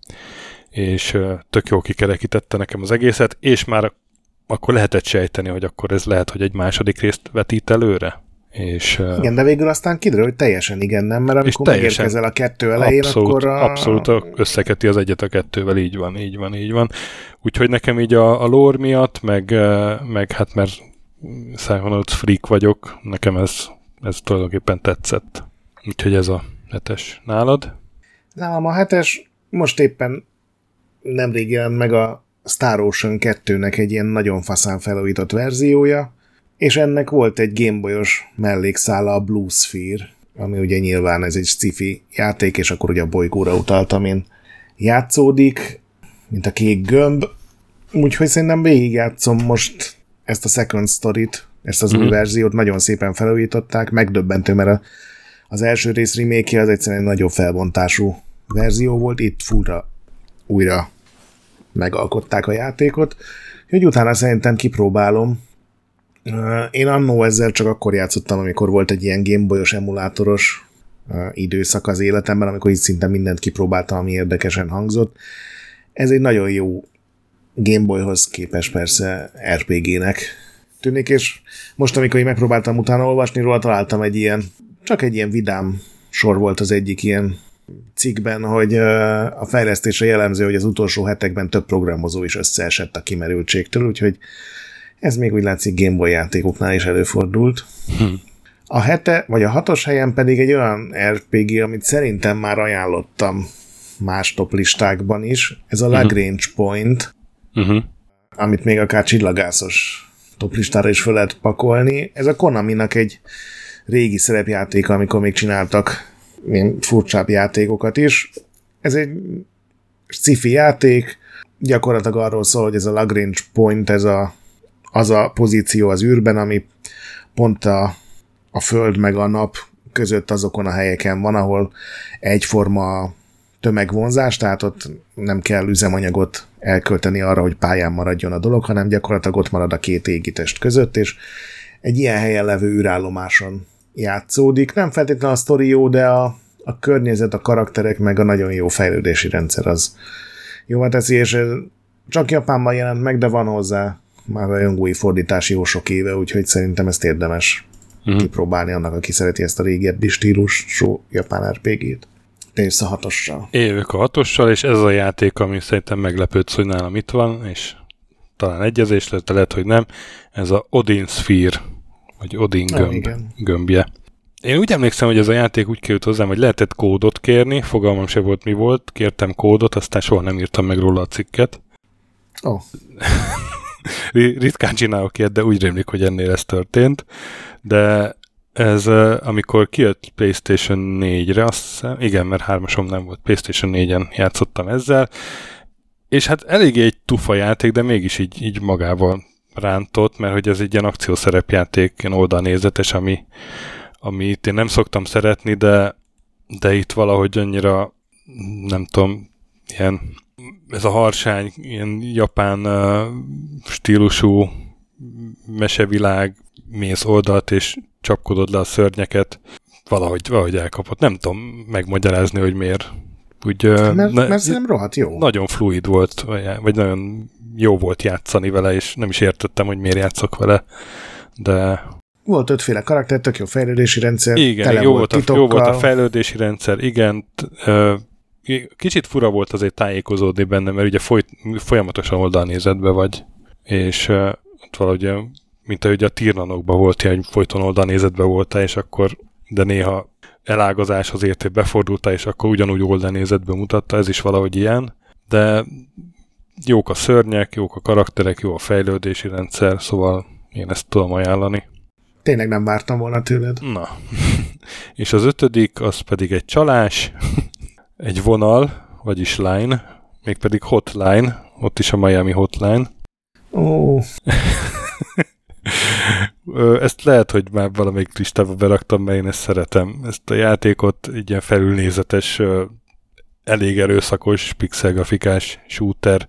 és tök jól kikerekítette nekem az egészet, és már akkor lehetett sejteni, hogy akkor ez lehet, hogy egy második részt vetít előre. És, igen, de végül aztán kiderül, hogy teljesen igen, nem? Mert amikor megérkezel a kettő elején, abszolút, akkor a... Abszolút összeketi az egyet a kettővel, így van, így van, így van. Úgyhogy nekem így a, a lore miatt, meg, meg hát mert Psychonauts freak vagyok, nekem ez, ez tulajdonképpen tetszett. Úgyhogy ez a hetes. Nálad? Nálam a hetes most éppen nemrég jelent meg a Star Ocean kettőnek egy ilyen nagyon faszán felújított verziója, és ennek volt egy Gameboy-os mellékszála, a Blue Sphere, ami ugye nyilván ez egy sci-fi játék, és akkor ugye a bolygóra utalt, amin játszódik, mint a kék gömb. Úgyhogy szerintem végigjátszom most ezt a Second Story-t, ezt az mm-hmm. új verziót, nagyon szépen felújították, megdöbbentő, mert az első rész remake-je az egyszerűen nagyobb felbontású verzió volt, itt fullra újra megalkották a játékot, hogy utána szerintem kipróbálom. Én annó ezzel csak akkor játszottam, amikor volt egy ilyen Gameboy-os emulátoros időszak az életemben, amikor így szinte mindent kipróbáltam, ami érdekesen hangzott. Ez egy nagyon jó Gameboyhoz képes persze er pé gének tűnik, és most, amikor én megpróbáltam utána olvasni róla, találtam egy ilyen, csak egy ilyen vidám sor volt az egyik ilyen cikkben, hogy a fejlesztésre jellemző, hogy az utolsó hetekben több programozó is összeesett a kimerültségtől, úgyhogy ez még úgy látszik Gameboy játékoknál is előfordult. Hm. A hete, vagy a hatos helyen pedig egy olyan er pé gé, amit szerintem már ajánlottam más top listákban is. Ez a uh-huh. Lagrange Point, uh-huh. amit még akár csillagászos top listára is fel lehet pakolni. Ez a Konaminak egy régi szerepjátéka, amikor még csináltak ilyen furcsább játékokat is. Ez egy sci-fi játék, gyakorlatilag arról szól, hogy ez a Lagrange Point, ez a az a pozíció az űrben, ami pont a, a Föld meg a Nap között azokon a helyeken van, ahol egyforma tömegvonzás, tehát ott nem kell üzemanyagot elkölteni arra, hogy pályán maradjon a dolog, hanem gyakorlatilag ott marad a két égitest között, és egy ilyen helyen levő űrállomáson játszódik. Nem feltétlenül a sztori jó, de a, a környezet, a karakterek, meg a nagyon jó fejlődési rendszer az jóvá teszi, és csak Japánban jelent meg, de van hozzá már a rajongói fordítás jó sok éve, úgyhogy szerintem ezt érdemes uh-huh. kipróbálni annak, aki szereti ezt a régebbi stílusú japán er pé gét. Te jössz a hatossal. Évök a hatossal, és ez a játék, ami szerintem meglepődsz, hogy nálam itt van, és talán egyezés lett, de lehet, hogy nem. Ez a Odin Sphere, vagy Odin gömb, ah, gömbje. Én úgy emlékszem, hogy ez a játék úgy került hozzám, hogy lehetett kódot kérni, fogalmam se volt, mi volt, kértem kódot, aztán soha nem írtam meg róla a cikket. Ó. Oh. Ritkán csinálok ilyet, de úgy rémlik, hogy ennél ez történt. De ez, amikor kijött PlayStation négyre, azt hiszem, igen, mert hármasom nem volt, PlayStation négyen játszottam ezzel, és hát eléggé egy tufa játék, de mégis így, így magával rántott, mert hogy ez egy ilyen akciószerepjáték, ilyen oldalnézetes, ami, amit én nem szoktam szeretni, de, de itt valahogy annyira, nem tudom, ilyen ez a harsány, ilyen japán uh, stílusú mesevilág, mész oldalt és csapkodod le a szörnyeket, valahogy, valahogy elkapott. Nem tudom megmagyarázni, hogy miért. Úgy, uh, mert ne, mert nem rohadt jó. Nagyon fluid volt, vagy nagyon jó volt játszani vele, és nem is értettem, hogy miért játszok vele, de... Volt ötféle karakter, tök jó fejlődési rendszer, igen, tele jó volt volt a, jó volt a fejlődési rendszer, igen, uh, kicsit fura volt azért tájékozódni benne, mert ugye foly, folyamatosan oldalnézetbe vagy, és uh, ott valahogy, mint ahogy a Tirnanokban volt, hogy folyton oldalnézetbe voltál, és akkor, de néha elágazáshoz ért, hogy befordultál, és akkor ugyanúgy oldalnézetbe mutatta, ez is valahogy ilyen, de jók a szörnyek, jók a karakterek, jó a fejlődési rendszer, szóval én ezt tudom ajánlani. Tényleg nem vártam volna tőled. Na. És az ötödik, az pedig egy csalás, egy vonal, vagyis line, mégpedig hotline, ott is a Miami Hotline. Ó. Oh. Ezt lehet, hogy már valamelyik listába beraktam, mert én ezt szeretem. Ezt a játékot egy ilyen felülnézetes, elég erőszakos, pixelgrafikás shooter,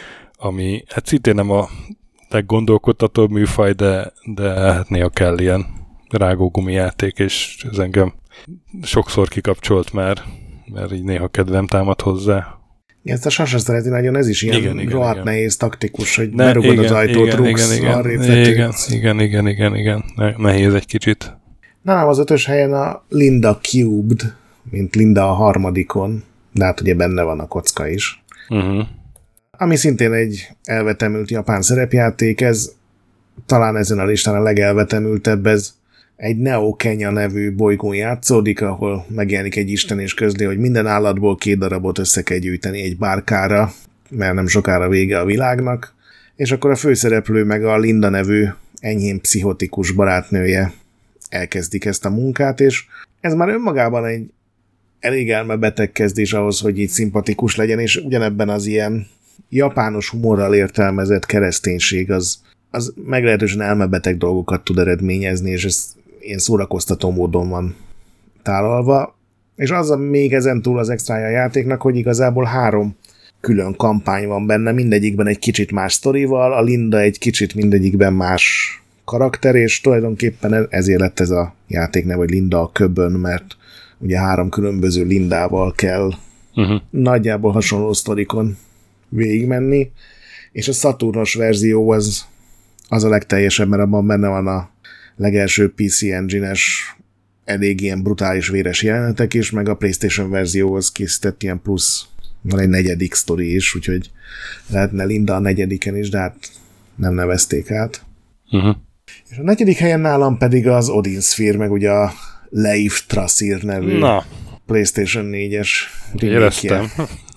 ami hát szintén nem a leggondolkodtatóbb műfaj, de, de hát néha kell ilyen rágógumi játék, és ez engem sokszor kikapcsolt már, mert így néha kedvem támad hozzá. Ezt a Sasa szereti nagyon, ez is ilyen igen, igen, rohadt igen. nehéz taktikus, hogy ne, berugod igen, az ajtót, igen, rúgsz, igen, arrébb igen, igen, igen, igen, igen, nehéz egy kicsit. Nálam az ötös helyen a Linda Cubed, mint Linda a harmadikon, de hát ugye benne van a kocka is. Uh-huh. Ami szintén egy elvetemült japán szerepjáték, ez talán ezen a listán a legelvetemültebb, ez egy Neo Kenya nevű bolygón játszódik, ahol megjelenik egy isten és közli, hogy minden állatból két darabot össze kell gyűjteni egy bárkára, mert nem sokára vége a világnak, és akkor a főszereplő meg a Linda nevű enyhén pszichotikus barátnője elkezdik ezt a munkát, és ez már önmagában egy elég elmebeteg kezdés ahhoz, hogy így szimpatikus legyen, és ugyanebben az ilyen japános humorral értelmezett kereszténység az, az meglehetősen elmebeteg dolgokat tud eredményezni, és ez ilyen szórakoztató módon van tálalva. És az a még ezen túl az extrája a játéknak, hogy igazából három külön kampány van benne, mindegyikben egy kicsit más sztorival, a Linda egy kicsit mindegyikben más karakter, és tulajdonképpen ezért lett ez a játék neve, hogy Linda a köbön, mert ugye három különböző Lindával kell uh-huh. nagyjából hasonló sztorikon végigmenni, és a Saturnos verzió az, az a legteljesebb, mert abban benne van a legelső pé cé engine-es elég ilyen brutális véres jelenetek is, meg a PlayStation verzióhoz készített ilyen plusz, van egy negyedik sztori is, úgyhogy lehetne Linda a negyediken is, de hát nem nevezték át. Uh-huh. És a negyedik helyen nálam pedig az Odin Sphere, meg ugye a Leif Trasir nevű Na. PlayStation négyes remake-je.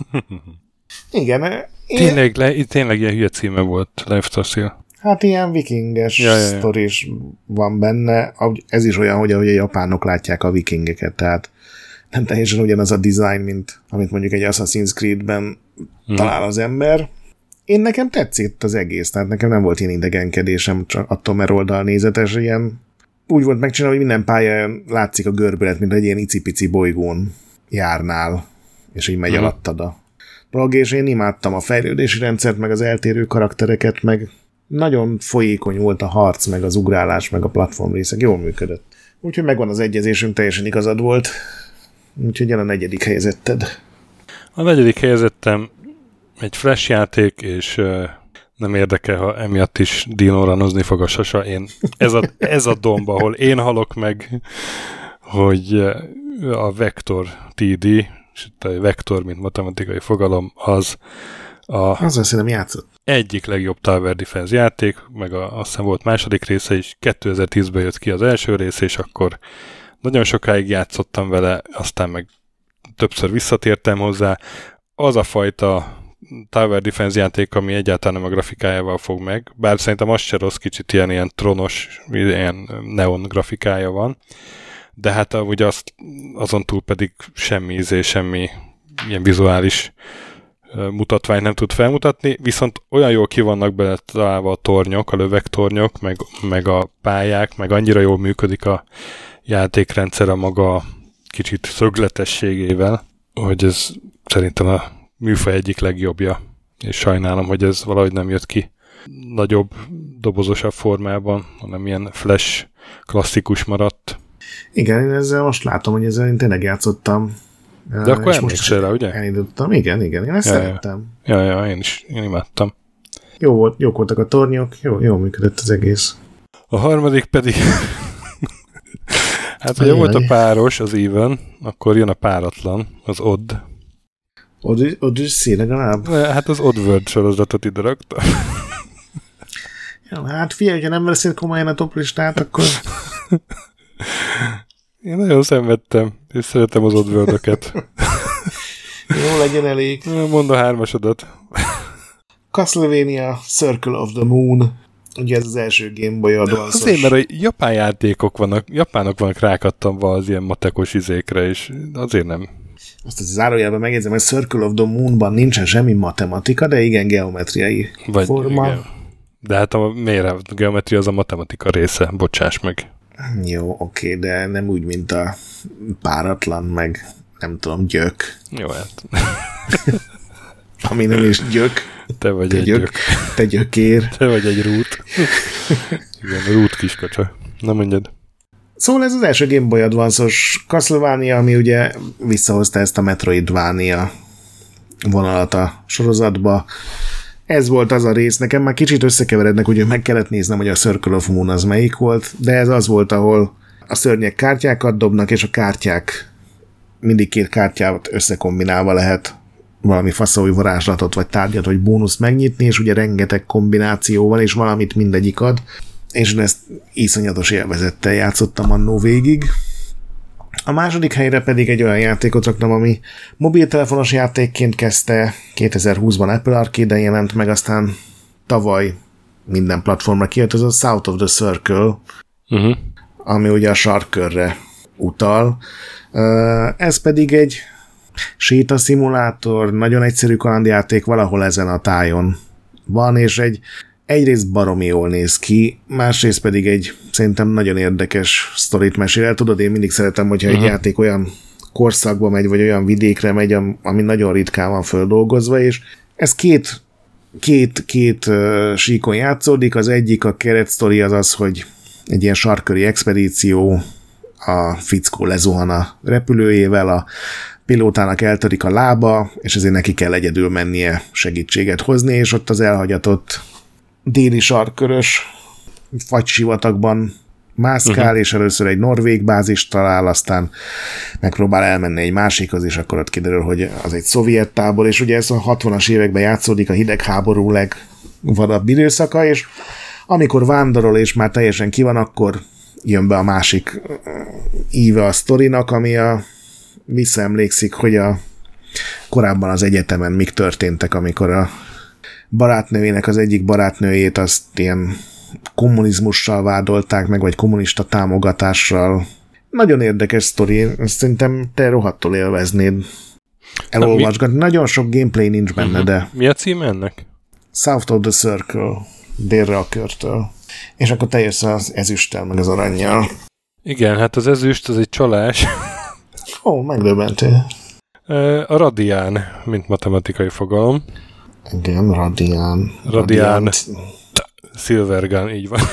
Igen. Én... Tényleg, le, tényleg ilyen hülye címe volt Leif Trasir. Hát ilyen vikinges ja, ja, ja. sztoris van benne. Ez is olyan, hogy ahogy a japánok látják a vikingeket, tehát nem teljesen ugyanaz a design, mint amit mondjuk egy Assassin's Creed-ben hmm. talál az ember. Én nekem tetszett az egész, tehát nekem nem volt ilyen idegenkedésem, csak attól, mert oldalnézetes, ilyen úgy volt megcsinálva, hogy minden pályán látszik a görbület, mint egy ilyen icipici bolygón járnál, és így megy hmm. alattad a dolog, és én imádtam a fejlődési rendszert, meg az eltérő karaktereket, meg nagyon folyékony volt a harc, meg az ugrálás, meg a platform részek, jól működött. Úgyhogy megvan az egyezésünk, teljesen igazad volt. Úgyhogy jön a negyedik helyezetted. A negyedik helyezettem egy Flash játék, és uh, nem érdekel, ha emiatt is dinóranozni fog a Sasa. Én, ez, a, ez a domb, ahol én halok meg, hogy uh, a Vector té dé, és itt a Vector, mint matematikai fogalom, az a Azzal szerintem játszott. egyik legjobb Tower Defense játék, meg a, azt hiszem volt második része is, kétezer-tízben jött ki az első rész, és akkor nagyon sokáig játszottam vele, aztán meg többször visszatértem hozzá. Az a fajta Tower Defense játék, ami egyáltalán nem a grafikájával fog meg, bár szerintem az se rossz, kicsit ilyen, ilyen tronos, ilyen neon grafikája van, de hát ugye azt, azon túl pedig semmi ízé, semmi ilyen vizuális mutatványt nem tud felmutatni, viszont olyan jól ki vannak bele találva a tornyok, a lövegtornyok, meg, meg a pályák, meg annyira jól működik a játékrendszer a maga kicsit szögletességével, hogy ez szerintem a műfaj egyik legjobbja, és sajnálom, hogy ez valahogy nem jött ki nagyobb, dobozosabb formában, hanem ilyen flash klasszikus maradt. Igen, én ezzel most látom, hogy ezzel én tényleg játszottam. De akkor emlékszel rá, ugye? Elindítottam, igen, igen, én ezt ja, szerettem. Ja, ja, én is, én imádtam. Jó volt, jók voltak a tornyok, jó, jó működött az egész. A harmadik pedig hát, hogyha volt a páros, az even, akkor jön a páratlan, az odd. Odd, Odyssey legalább? Hát az Oddworld sorozatot ide raktam. Ja, hát figyelj, ha nem veszed komolyan a toplistát, akkor... Én nagyon szenvedtem, és szeretem az Oddworld-öket. Jó, legyen elég. Mondd a hármasodat. Castlevania Circle of the Moon. Ugye ez az első Game Boy Advance-os. Azért, mert a japán játékok vannak, japánok vannak rákattamva az ilyen matekos izékre, és azért nem Azt az zárójelben megjegyzem, hogy Circle of the Moon-ban nincsen semmi matematika, de igen, geometriai Vagy, forma. Igen. De hát a mélyre a geometria az a matematika része, bocsáss meg. Jó, oké, de nem úgy, mint a páratlan, meg nem tudom, gyök. Jó, hát. Ami nem is gyök. Te vagy te egy gyök. gyök. Te gyökér. Te vagy egy rút. Igen, rút kiskacsa. Na mondjad. Szóval ez az első Game Boy Advance-os Castlevania, ami ugye visszahozta ezt a Metroidvania vonalat a sorozatba. Ez volt az a rész, nekem már kicsit összekeverednek, úgyhogy meg kellett néznem, hogy a Circle of Moon az melyik volt, de ez az volt, ahol a szörnyek kártyákat dobnak, és a kártyák, mindig két kártyát összekombinálva lehet valami faszói varázslatot, vagy tárgyat, vagy bónuszt megnyitni, és ugye rengeteg kombináció van, és valamit mindegyik ad, és ezt iszonyatos élvezettel játszottam annó végig. A második helyre pedig egy olyan játékot raktam, ami mobiltelefonos játékként kezdte, kétezer-húszban Apple Arcade-en jelent meg, aztán tavaly minden platformra kijött, ez a South of the Circle, uh-huh. ami ugye a sarkkörre utal. Ez pedig egy sétaszimulátor, nagyon egyszerű kalandjáték, valahol ezen a tájon van, és egy egyrészt baromi jól néz ki, másrészt pedig egy szerintem nagyon érdekes sztorit mesél el. Tudod, én mindig szeretem, hogyha uh-huh. egy játék olyan korszakba megy, vagy olyan vidékre megy, ami nagyon ritkán van földolgozva, és ez két, két, két uh, síkon játszódik. Az egyik, a keretsztori az az, hogy egy ilyen sarkköri expedíció, a fickó lezuhan a repülőjével, a pilótának eltörik a lába, és ezért neki kell egyedül mennie segítséget hozni, és ott az elhagyatott déli sarkkörös fagysivatagban mászkál, uh-huh. és először egy norvég bázist talál, aztán megpróbál elmenni egy másikhoz, és akkor ott kiderül, hogy az egy szovjet tábor, és ugye ez a hatvanas években játszódik, a hidegháború legvadabb időszaka, és amikor vándorol, és már teljesen ki van, akkor jön be a másik íve a sztorinak, ami a visszaemlékszik, hogy a korábban az egyetemen mik történtek, amikor a barátnőjének az egyik barátnőjét azt ilyen kommunizmussal vádolták meg, vagy kommunista támogatással. Nagyon érdekes sztori, szerintem te rohadtól élveznéd elolvasgatni. Na, nagyon sok gameplay nincs benne, uh-huh. de... Mi a cím ennek? South of the Circle, délre a körtől. És akkor te jössz az ezüsttel, meg az arannyal. Igen, hát az ezüst az egy csalás. Ó, megdöbbentél. A radián, mint matematikai fogalom. Igen, radián. Radián. Silvergun, így van.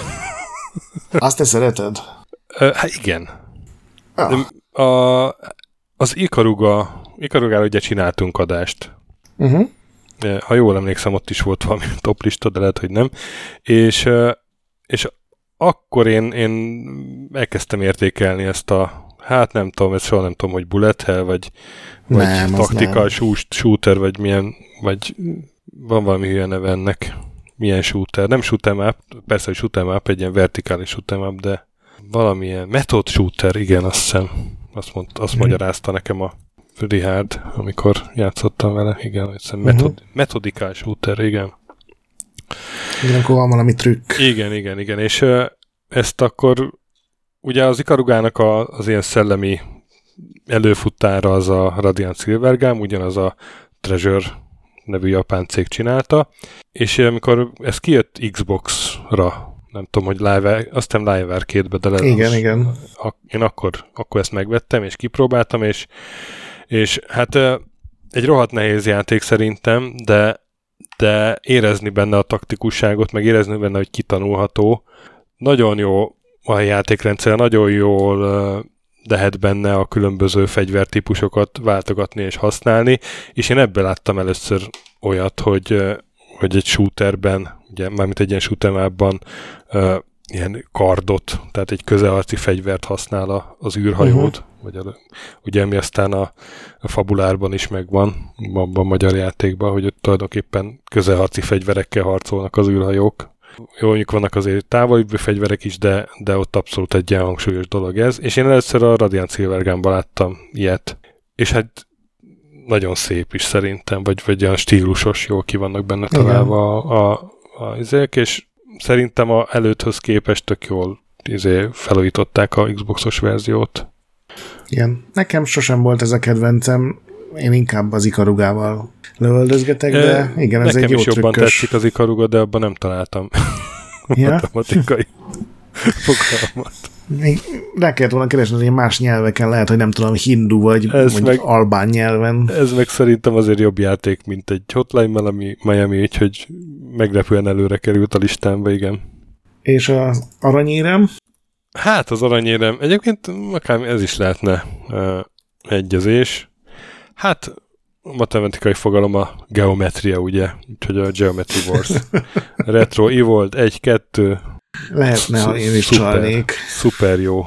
Azt te szereted? Hát igen. Ah. A, az Ikaruga, Ikarugára ugye csináltunk adást. Uh-huh. Ha jól emlékszem, ott is volt valami toplista, de lehet, hogy nem. És, és akkor én, én elkezdtem értékelni ezt a, hát nem tudom, ezt soha nem tudom, hogy bullet hell, vagy, nem, vagy tactical shooter, vagy milyen, vagy van valami hülye neve ennek. Milyen shooter? Nem shoot'em up, persze, hogy shoot'em up, egy ilyen vertikális shoot'em up, de valamilyen method shooter, igen, azt hiszem. Azt, mond, azt mm. magyarázta nekem a Richard, amikor játszottam vele, igen, azt hiszem, method, uh-huh. methodikál shooter, igen. Igen, akkor van valami trükk. Igen, igen, igen, és uh, ezt akkor ugye az Ikarugának a, az ilyen szellemi előfutára az a Radiant Silvergun, ugyanaz a Treasure nevű japán cég csinálta, és amikor ez kijött Xbox-ra, nem tudom, hogy live, aztán live arcade-be, de le, igen, az, igen. A, én akkor, akkor ezt megvettem, és kipróbáltam, és, és hát egy rohadt nehéz játék szerintem, de, de érezni benne a taktikusságot, meg érezni benne, hogy kitanulható. Nagyon jó a játékrendszer, nagyon jól lehet benne a különböző fegyvertípusokat váltogatni és használni, és én ebből láttam először olyat, hogy, hogy egy shooterben, ugye mármint egy ilyen shoot'em-upban uh, ilyen kardot, tehát egy közelharci fegyvert használ az űrhajót, uh-huh. vagy a, ugye ami aztán a, a fabulárban is megvan, abban a magyar játékban, hogy ott tulajdonképpen közelharci fegyverekkel harcolnak az űrhajók. Jó, mondjuk vannak azért távolibbő fegyverek is, de, de ott abszolút egy ilyen hangsúlyos dolog ez. És én először a Radiant Silvergunban láttam ilyet. És hát nagyon szép is szerintem, vagy, vagy olyan stílusos, jól ki vannak benne találva a, a, a izék, és szerintem a előtthöz képest tök jól izé, felújították a Xboxos verziót. Igen. Nekem sosem volt ez a kedvencem, én inkább az Ikarugával lövöldözgetek, de e, igen, ez egy jó trükkös. Nekem is jobban trükkös. tetszik az Ikaruga, de abban nem találtam ja? matematikai fogalmat. Még rá kellett volna keresni, hogy más nyelveken lehet, hogy nem tudom, hindu vagy, vagy meg, albán nyelven. Ez meg szerintem azért jobb játék, mint egy Hotline Miami, úgyhogy meglepően előre került a listámba, igen. És az aranyérem? Hát az aranyérem, egyébként akár ez is lehetne uh, egyezés. Hát matematikai fogalom a geometria, ugye? Úgyhogy a Geometry Wars. Retro Evolved egy kettő. Lehetne, ha én is szuper, csalnék. Szuper jó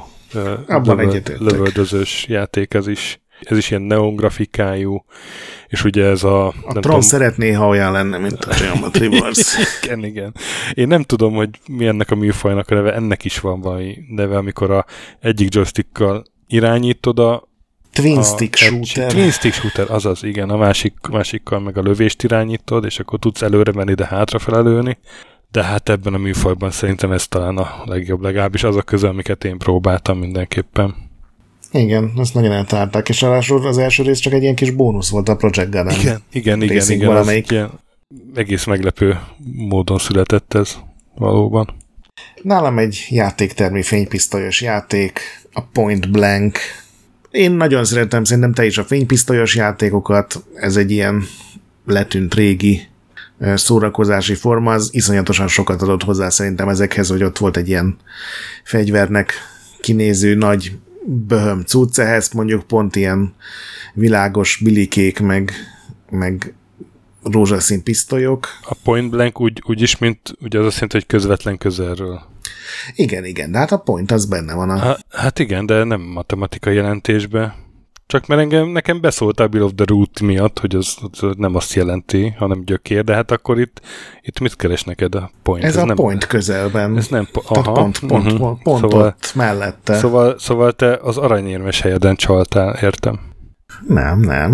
uh, lövöldözős játék ez is. Ez is ilyen neon grafikájú, és ugye ez a... A Tron tudom, szeretné, ha olyan lenne, mint a Geometry Wars. igen, igen. Én nem tudom, hogy mi ennek a műfajnak a neve, ennek is van valami neve, amikor a egyik joystickkal irányítod a Twin stick shooter. Twin stick shooter, azaz, igen, a másik, másikkal meg a lövést irányítod, és akkor tudsz előre menni, de hátrafele lőni. De hát ebben a műfajban szerintem ez talán a legjobb, legalábbis az a közel, amiket én próbáltam mindenképpen. Igen, ezt nagyon eltárták, és ráadásul az első rész csak egy ilyen kis bónusz volt a Project Gundam. Igen, igen, igen, igen, az ilyen egész meglepő módon született ez valóban. Nálam egy játéktermi fénypisztolyos játék, a Point Blank. Én nagyon szeretem, szerintem te is a fénypisztolyos játékokat, ez egy ilyen letűnt régi szórakozási forma, az iszonyatosan sokat adott hozzá szerintem ezekhez, hogy ott volt egy ilyen fegyvernek kinéző nagy böhöm cucc, ehhez mondjuk pont ilyen világos bilikék, meg, meg rózsaszín pisztolyok. A Point Blank úgy, úgy is, mint ugye az azt jelenti, hogy közvetlen közelről. Igen, igen, de hát a point az benne van. A... Há, hát igen, de nem matematikai jelentésben. Csak mert engem, nekem beszólt a Bill of the Root miatt, hogy az, az nem azt jelenti, hanem gyökér, de hát akkor itt, itt mit keres neked a point? Ez, ez a nem, point közelben. Ez nem po- aha, pont, pont, uh-huh. pont, pont szóval, ott mellette. Szóval, szóval te az aranyérmes helyeden csaltál, értem? Nem, nem.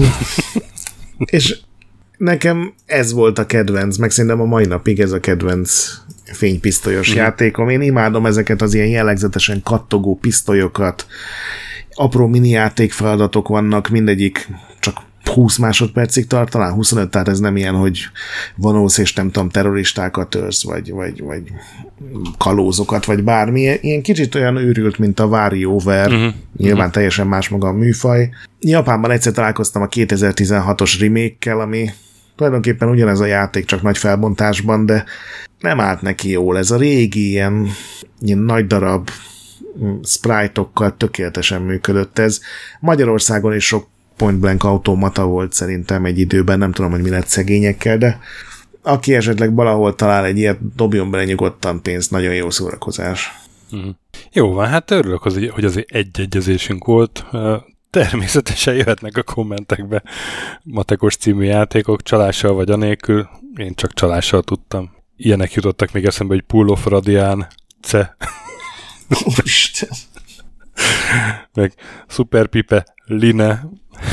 És nekem ez volt a kedvenc, meg szerintem a mai napig ez a kedvenc fénypisztolyos uh-huh. játékom. Én imádom ezeket az ilyen jellegzetesen kattogó pisztolyokat, apró mini játékfeladatok vannak, mindegyik csak húsz másodpercig tart, talán huszonöt, tehát ez nem ilyen, hogy vonulsz és nem tudom, terroristákat őrsz, vagy, vagy, vagy kalózokat, vagy bármi. Ilyen kicsit olyan őrült, mint a WarioWare, uh-huh. nyilván uh-huh. teljesen más maga a műfaj. Japánban egyszer találkoztam a kétezer-tizenhatos remake-kel, ami tulajdonképpen ugyanez a játék, csak nagy felbontásban, de nem állt neki jól. Ez a régi ilyen, ilyen nagy darab sprite-okkal tökéletesen működött ez. Magyarországon is sok Point Blank automata volt szerintem egy időben, nem tudom, hogy mi lett szegényekkel, de aki esetleg valahol talál egy ilyet, dobjon bele nyugodtan pénzt, nagyon jó szórakozás. Mm. Jó van, hát örülök, hogy azért egy egyezésünk volt. Természetesen jöhetnek a kommentekbe Matekos című játékok, csalással vagy anélkül. Én csak csalással tudtam. Ilyenek jutottak még eszembe, hogy Pool of Radian, C. Úristen. Meg Super Pipe, Line.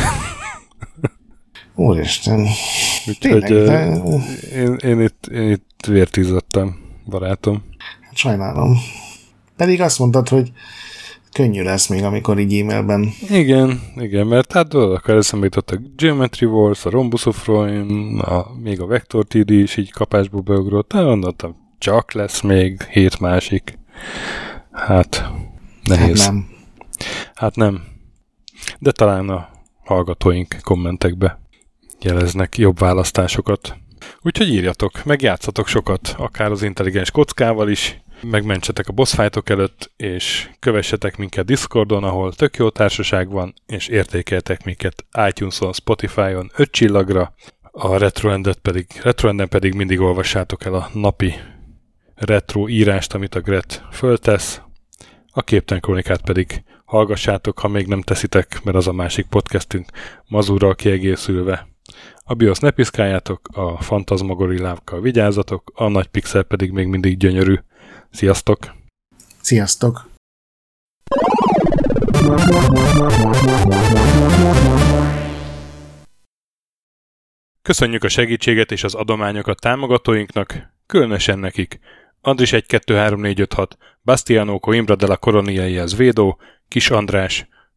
Úristen. Úgyhogy de... én, én, itt, én itt vért izzadtam, barátom. Sajnálom. Pedig azt mondtad, hogy könnyű lesz még, amikor így e-mailben. Igen, igen, mert hát akár eszembe jutott a Geometry Wars, a Rhombus of Ruin, a, még a Vector té dé is így kapásból beugrott, de mondtam, csak lesz még hét másik. Hát, nehéz. Hát nem. Hát nem. De talán a hallgatóink kommentekbe jeleznek jobb választásokat. Úgyhogy írjatok, megjátszatok sokat, akár az intelligens kockával is, megmentsetek a boss fightok előtt, és kövessetek minket Discordon, ahol tök jó társaság van, és értékeltek minket iTunes-on, Spotify-on öt csillagra, a Retroendet pedig, Retroenden pedig mindig olvassátok el a napi retro írást, amit a Gret föltesz, a Képtelen Krónikát pedig hallgassátok, ha még nem teszitek, mert az a másik podcastünk mazurral kiegészülve. A BIOS ne piszkáljátok, a fantasmagorillákkal vigyázzatok, a nagy pixel pedig még mindig gyönyörű. Sziasztok! Sziasztok! Köszönjük a segítséget és az adományokat támogatóinknak, különösen nekik. Andris egy kettő három négy öt hat, Bastiano Coimbra de la Coroniaihez Védó, Kis András,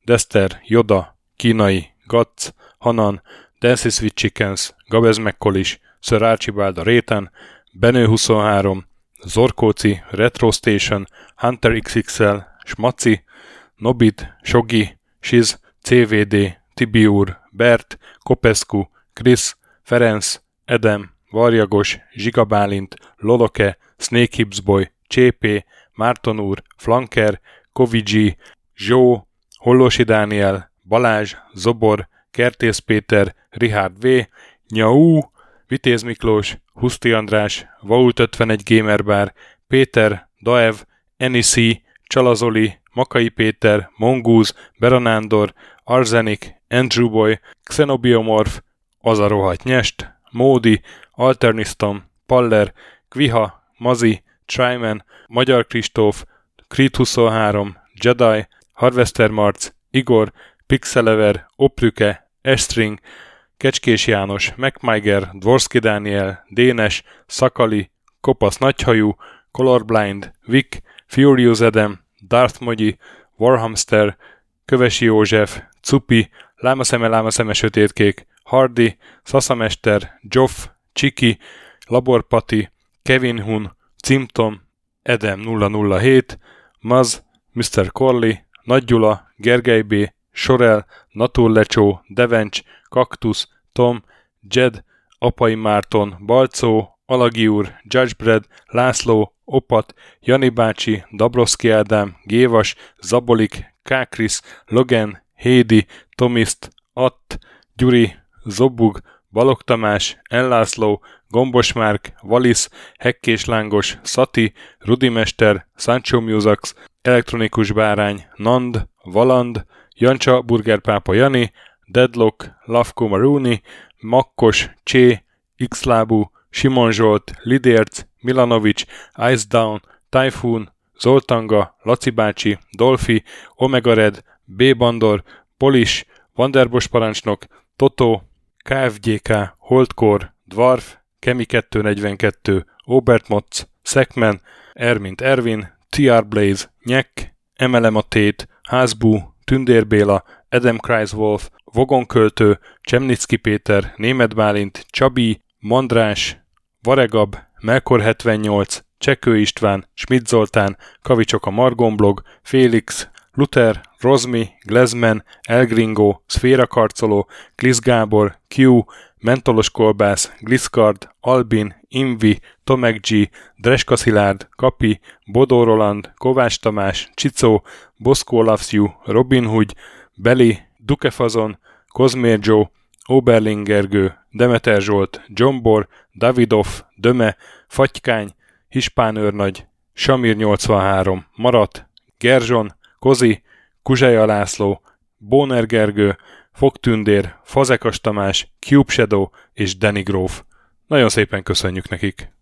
Dexter, Yoda, Kínai, Guts, Hanan, Dancy Sweet Chickens, Gabez McCollish, Sir Archibald a réten, Benő huszonhárom, Zorkóci, Retro Station, Hunter iksz iksz el, Smaci, Nobit, Sogi, Siz, cé vé dé, Tibiur, Bert, Kopescu, Krisz, Ferenc, Edem, Varjagos, Zsigabálint, Loloke, Snake Hips Boy, Csépé, Márton úr, Flanker, Kovicsi, Zsó, Hollósi Dániel, Balázs, Zobor, Kertész Péter, Richard V, Nyau, Vitéz Miklós, Huszti András, Vault ötvenegy Gamerbar, Péter, Daev, Enisi, Csalazoli, Makai Péter, Mongúz, Beranándor, Arzenik, Andrew Boy, Xenobiomorph, Az a rohadt nyest, Módi, Alternisztom, Paller, Kviha, Mazi, Tryman, Magyar Kristóf, Creed huszonhárom, Jedi, Harvester Marc, Igor, Pixelever, Oprüke, Estring, Kecskés János, MacMiger, Dvorski Dániel, Dénes, Szakali, Kopasz Nagyhajú, Colorblind, Vic, Furious Edem, Darth Mogyi, Warhamster, Kövesi József, Cupi, Lámaszeme, Lámaszeme Sötétkék, Hardy, Szaszamester, Joff, Csiki, Laborpati, Kevin Hun, Cimtom, Edem nulla nulla hét, Maz, miszter Corley, Nagy Gyula, Gergely B., Sorel, Naturlecsó, Devencs, Kaktusz, Tom, Jed, Apai Márton, Balcó, Alagi úr, Judgebred, László, Opat, Jani bácsi, Dabrowski Ádám, Gévas, Zabolik, Kákris, Logan, Hédi, Tomiszt, Att, Gyuri, Zobug, Balog Tamás, Enlászló, Gombos Márk, Valisz, Hekkés Lángos, Szati, Rudimester, Sancho Musax, Elektronikus Bárány, Nand, Valand, Jancsa, Burgerpápa Jani, Deadlock, Lavko Maruni, Makkos, Csé, Xlábú, Simon Zsolt, Lidérc, Milanovic, Ice Down, Typhoon, Zoltanga, Laci bácsi, Dolfi, Omega Red, B. Bandor, Polis, Vanderbos parancsnok, Totó, ká ef gé ká, Holdcore, Dwarf, Kemi kettőnegyvenkettő, Obert Motz, Szekmen, Ermint Ervin, té er Blaze, Nyek, Emelem a Tét, Házbú, Tündér Béla, Adam Kreiswolf, Vogonköltő, Csemnicki Péter, Németh Bálint, Csabi, Mandrás, Varegab, Melkor hetvennyolc, Csekő István, Schmidt Zoltán, Kavicsok a Margonblog, Félix, Luther, Rozmi, Glezman, Elgringo, Szféra Karcoló, Glisz Gábor, Q, Mentolos Kolbász, Gliszkard, Albin, Invi, Tomek G, Dreska Szilárd, Kapi, Bodó Roland, Kovács Tamás, Csicó, Boszkó Loves You, Robin Hood, Beli, Dukefazon, Kozmér Joe, Oberling Gergő, Demeter Zsolt, Dzsombor, Davidov, Döme, Fatykány, Hispán őrnagy, Samir nyolcvanhárom, Marat, Gerzson, Kozi, Kuzseja László, Bóner Gergő, Fogtündér, Fazekas Tamás, Cube Shadow és Danny Gróf. Nagyon szépen köszönjük nekik!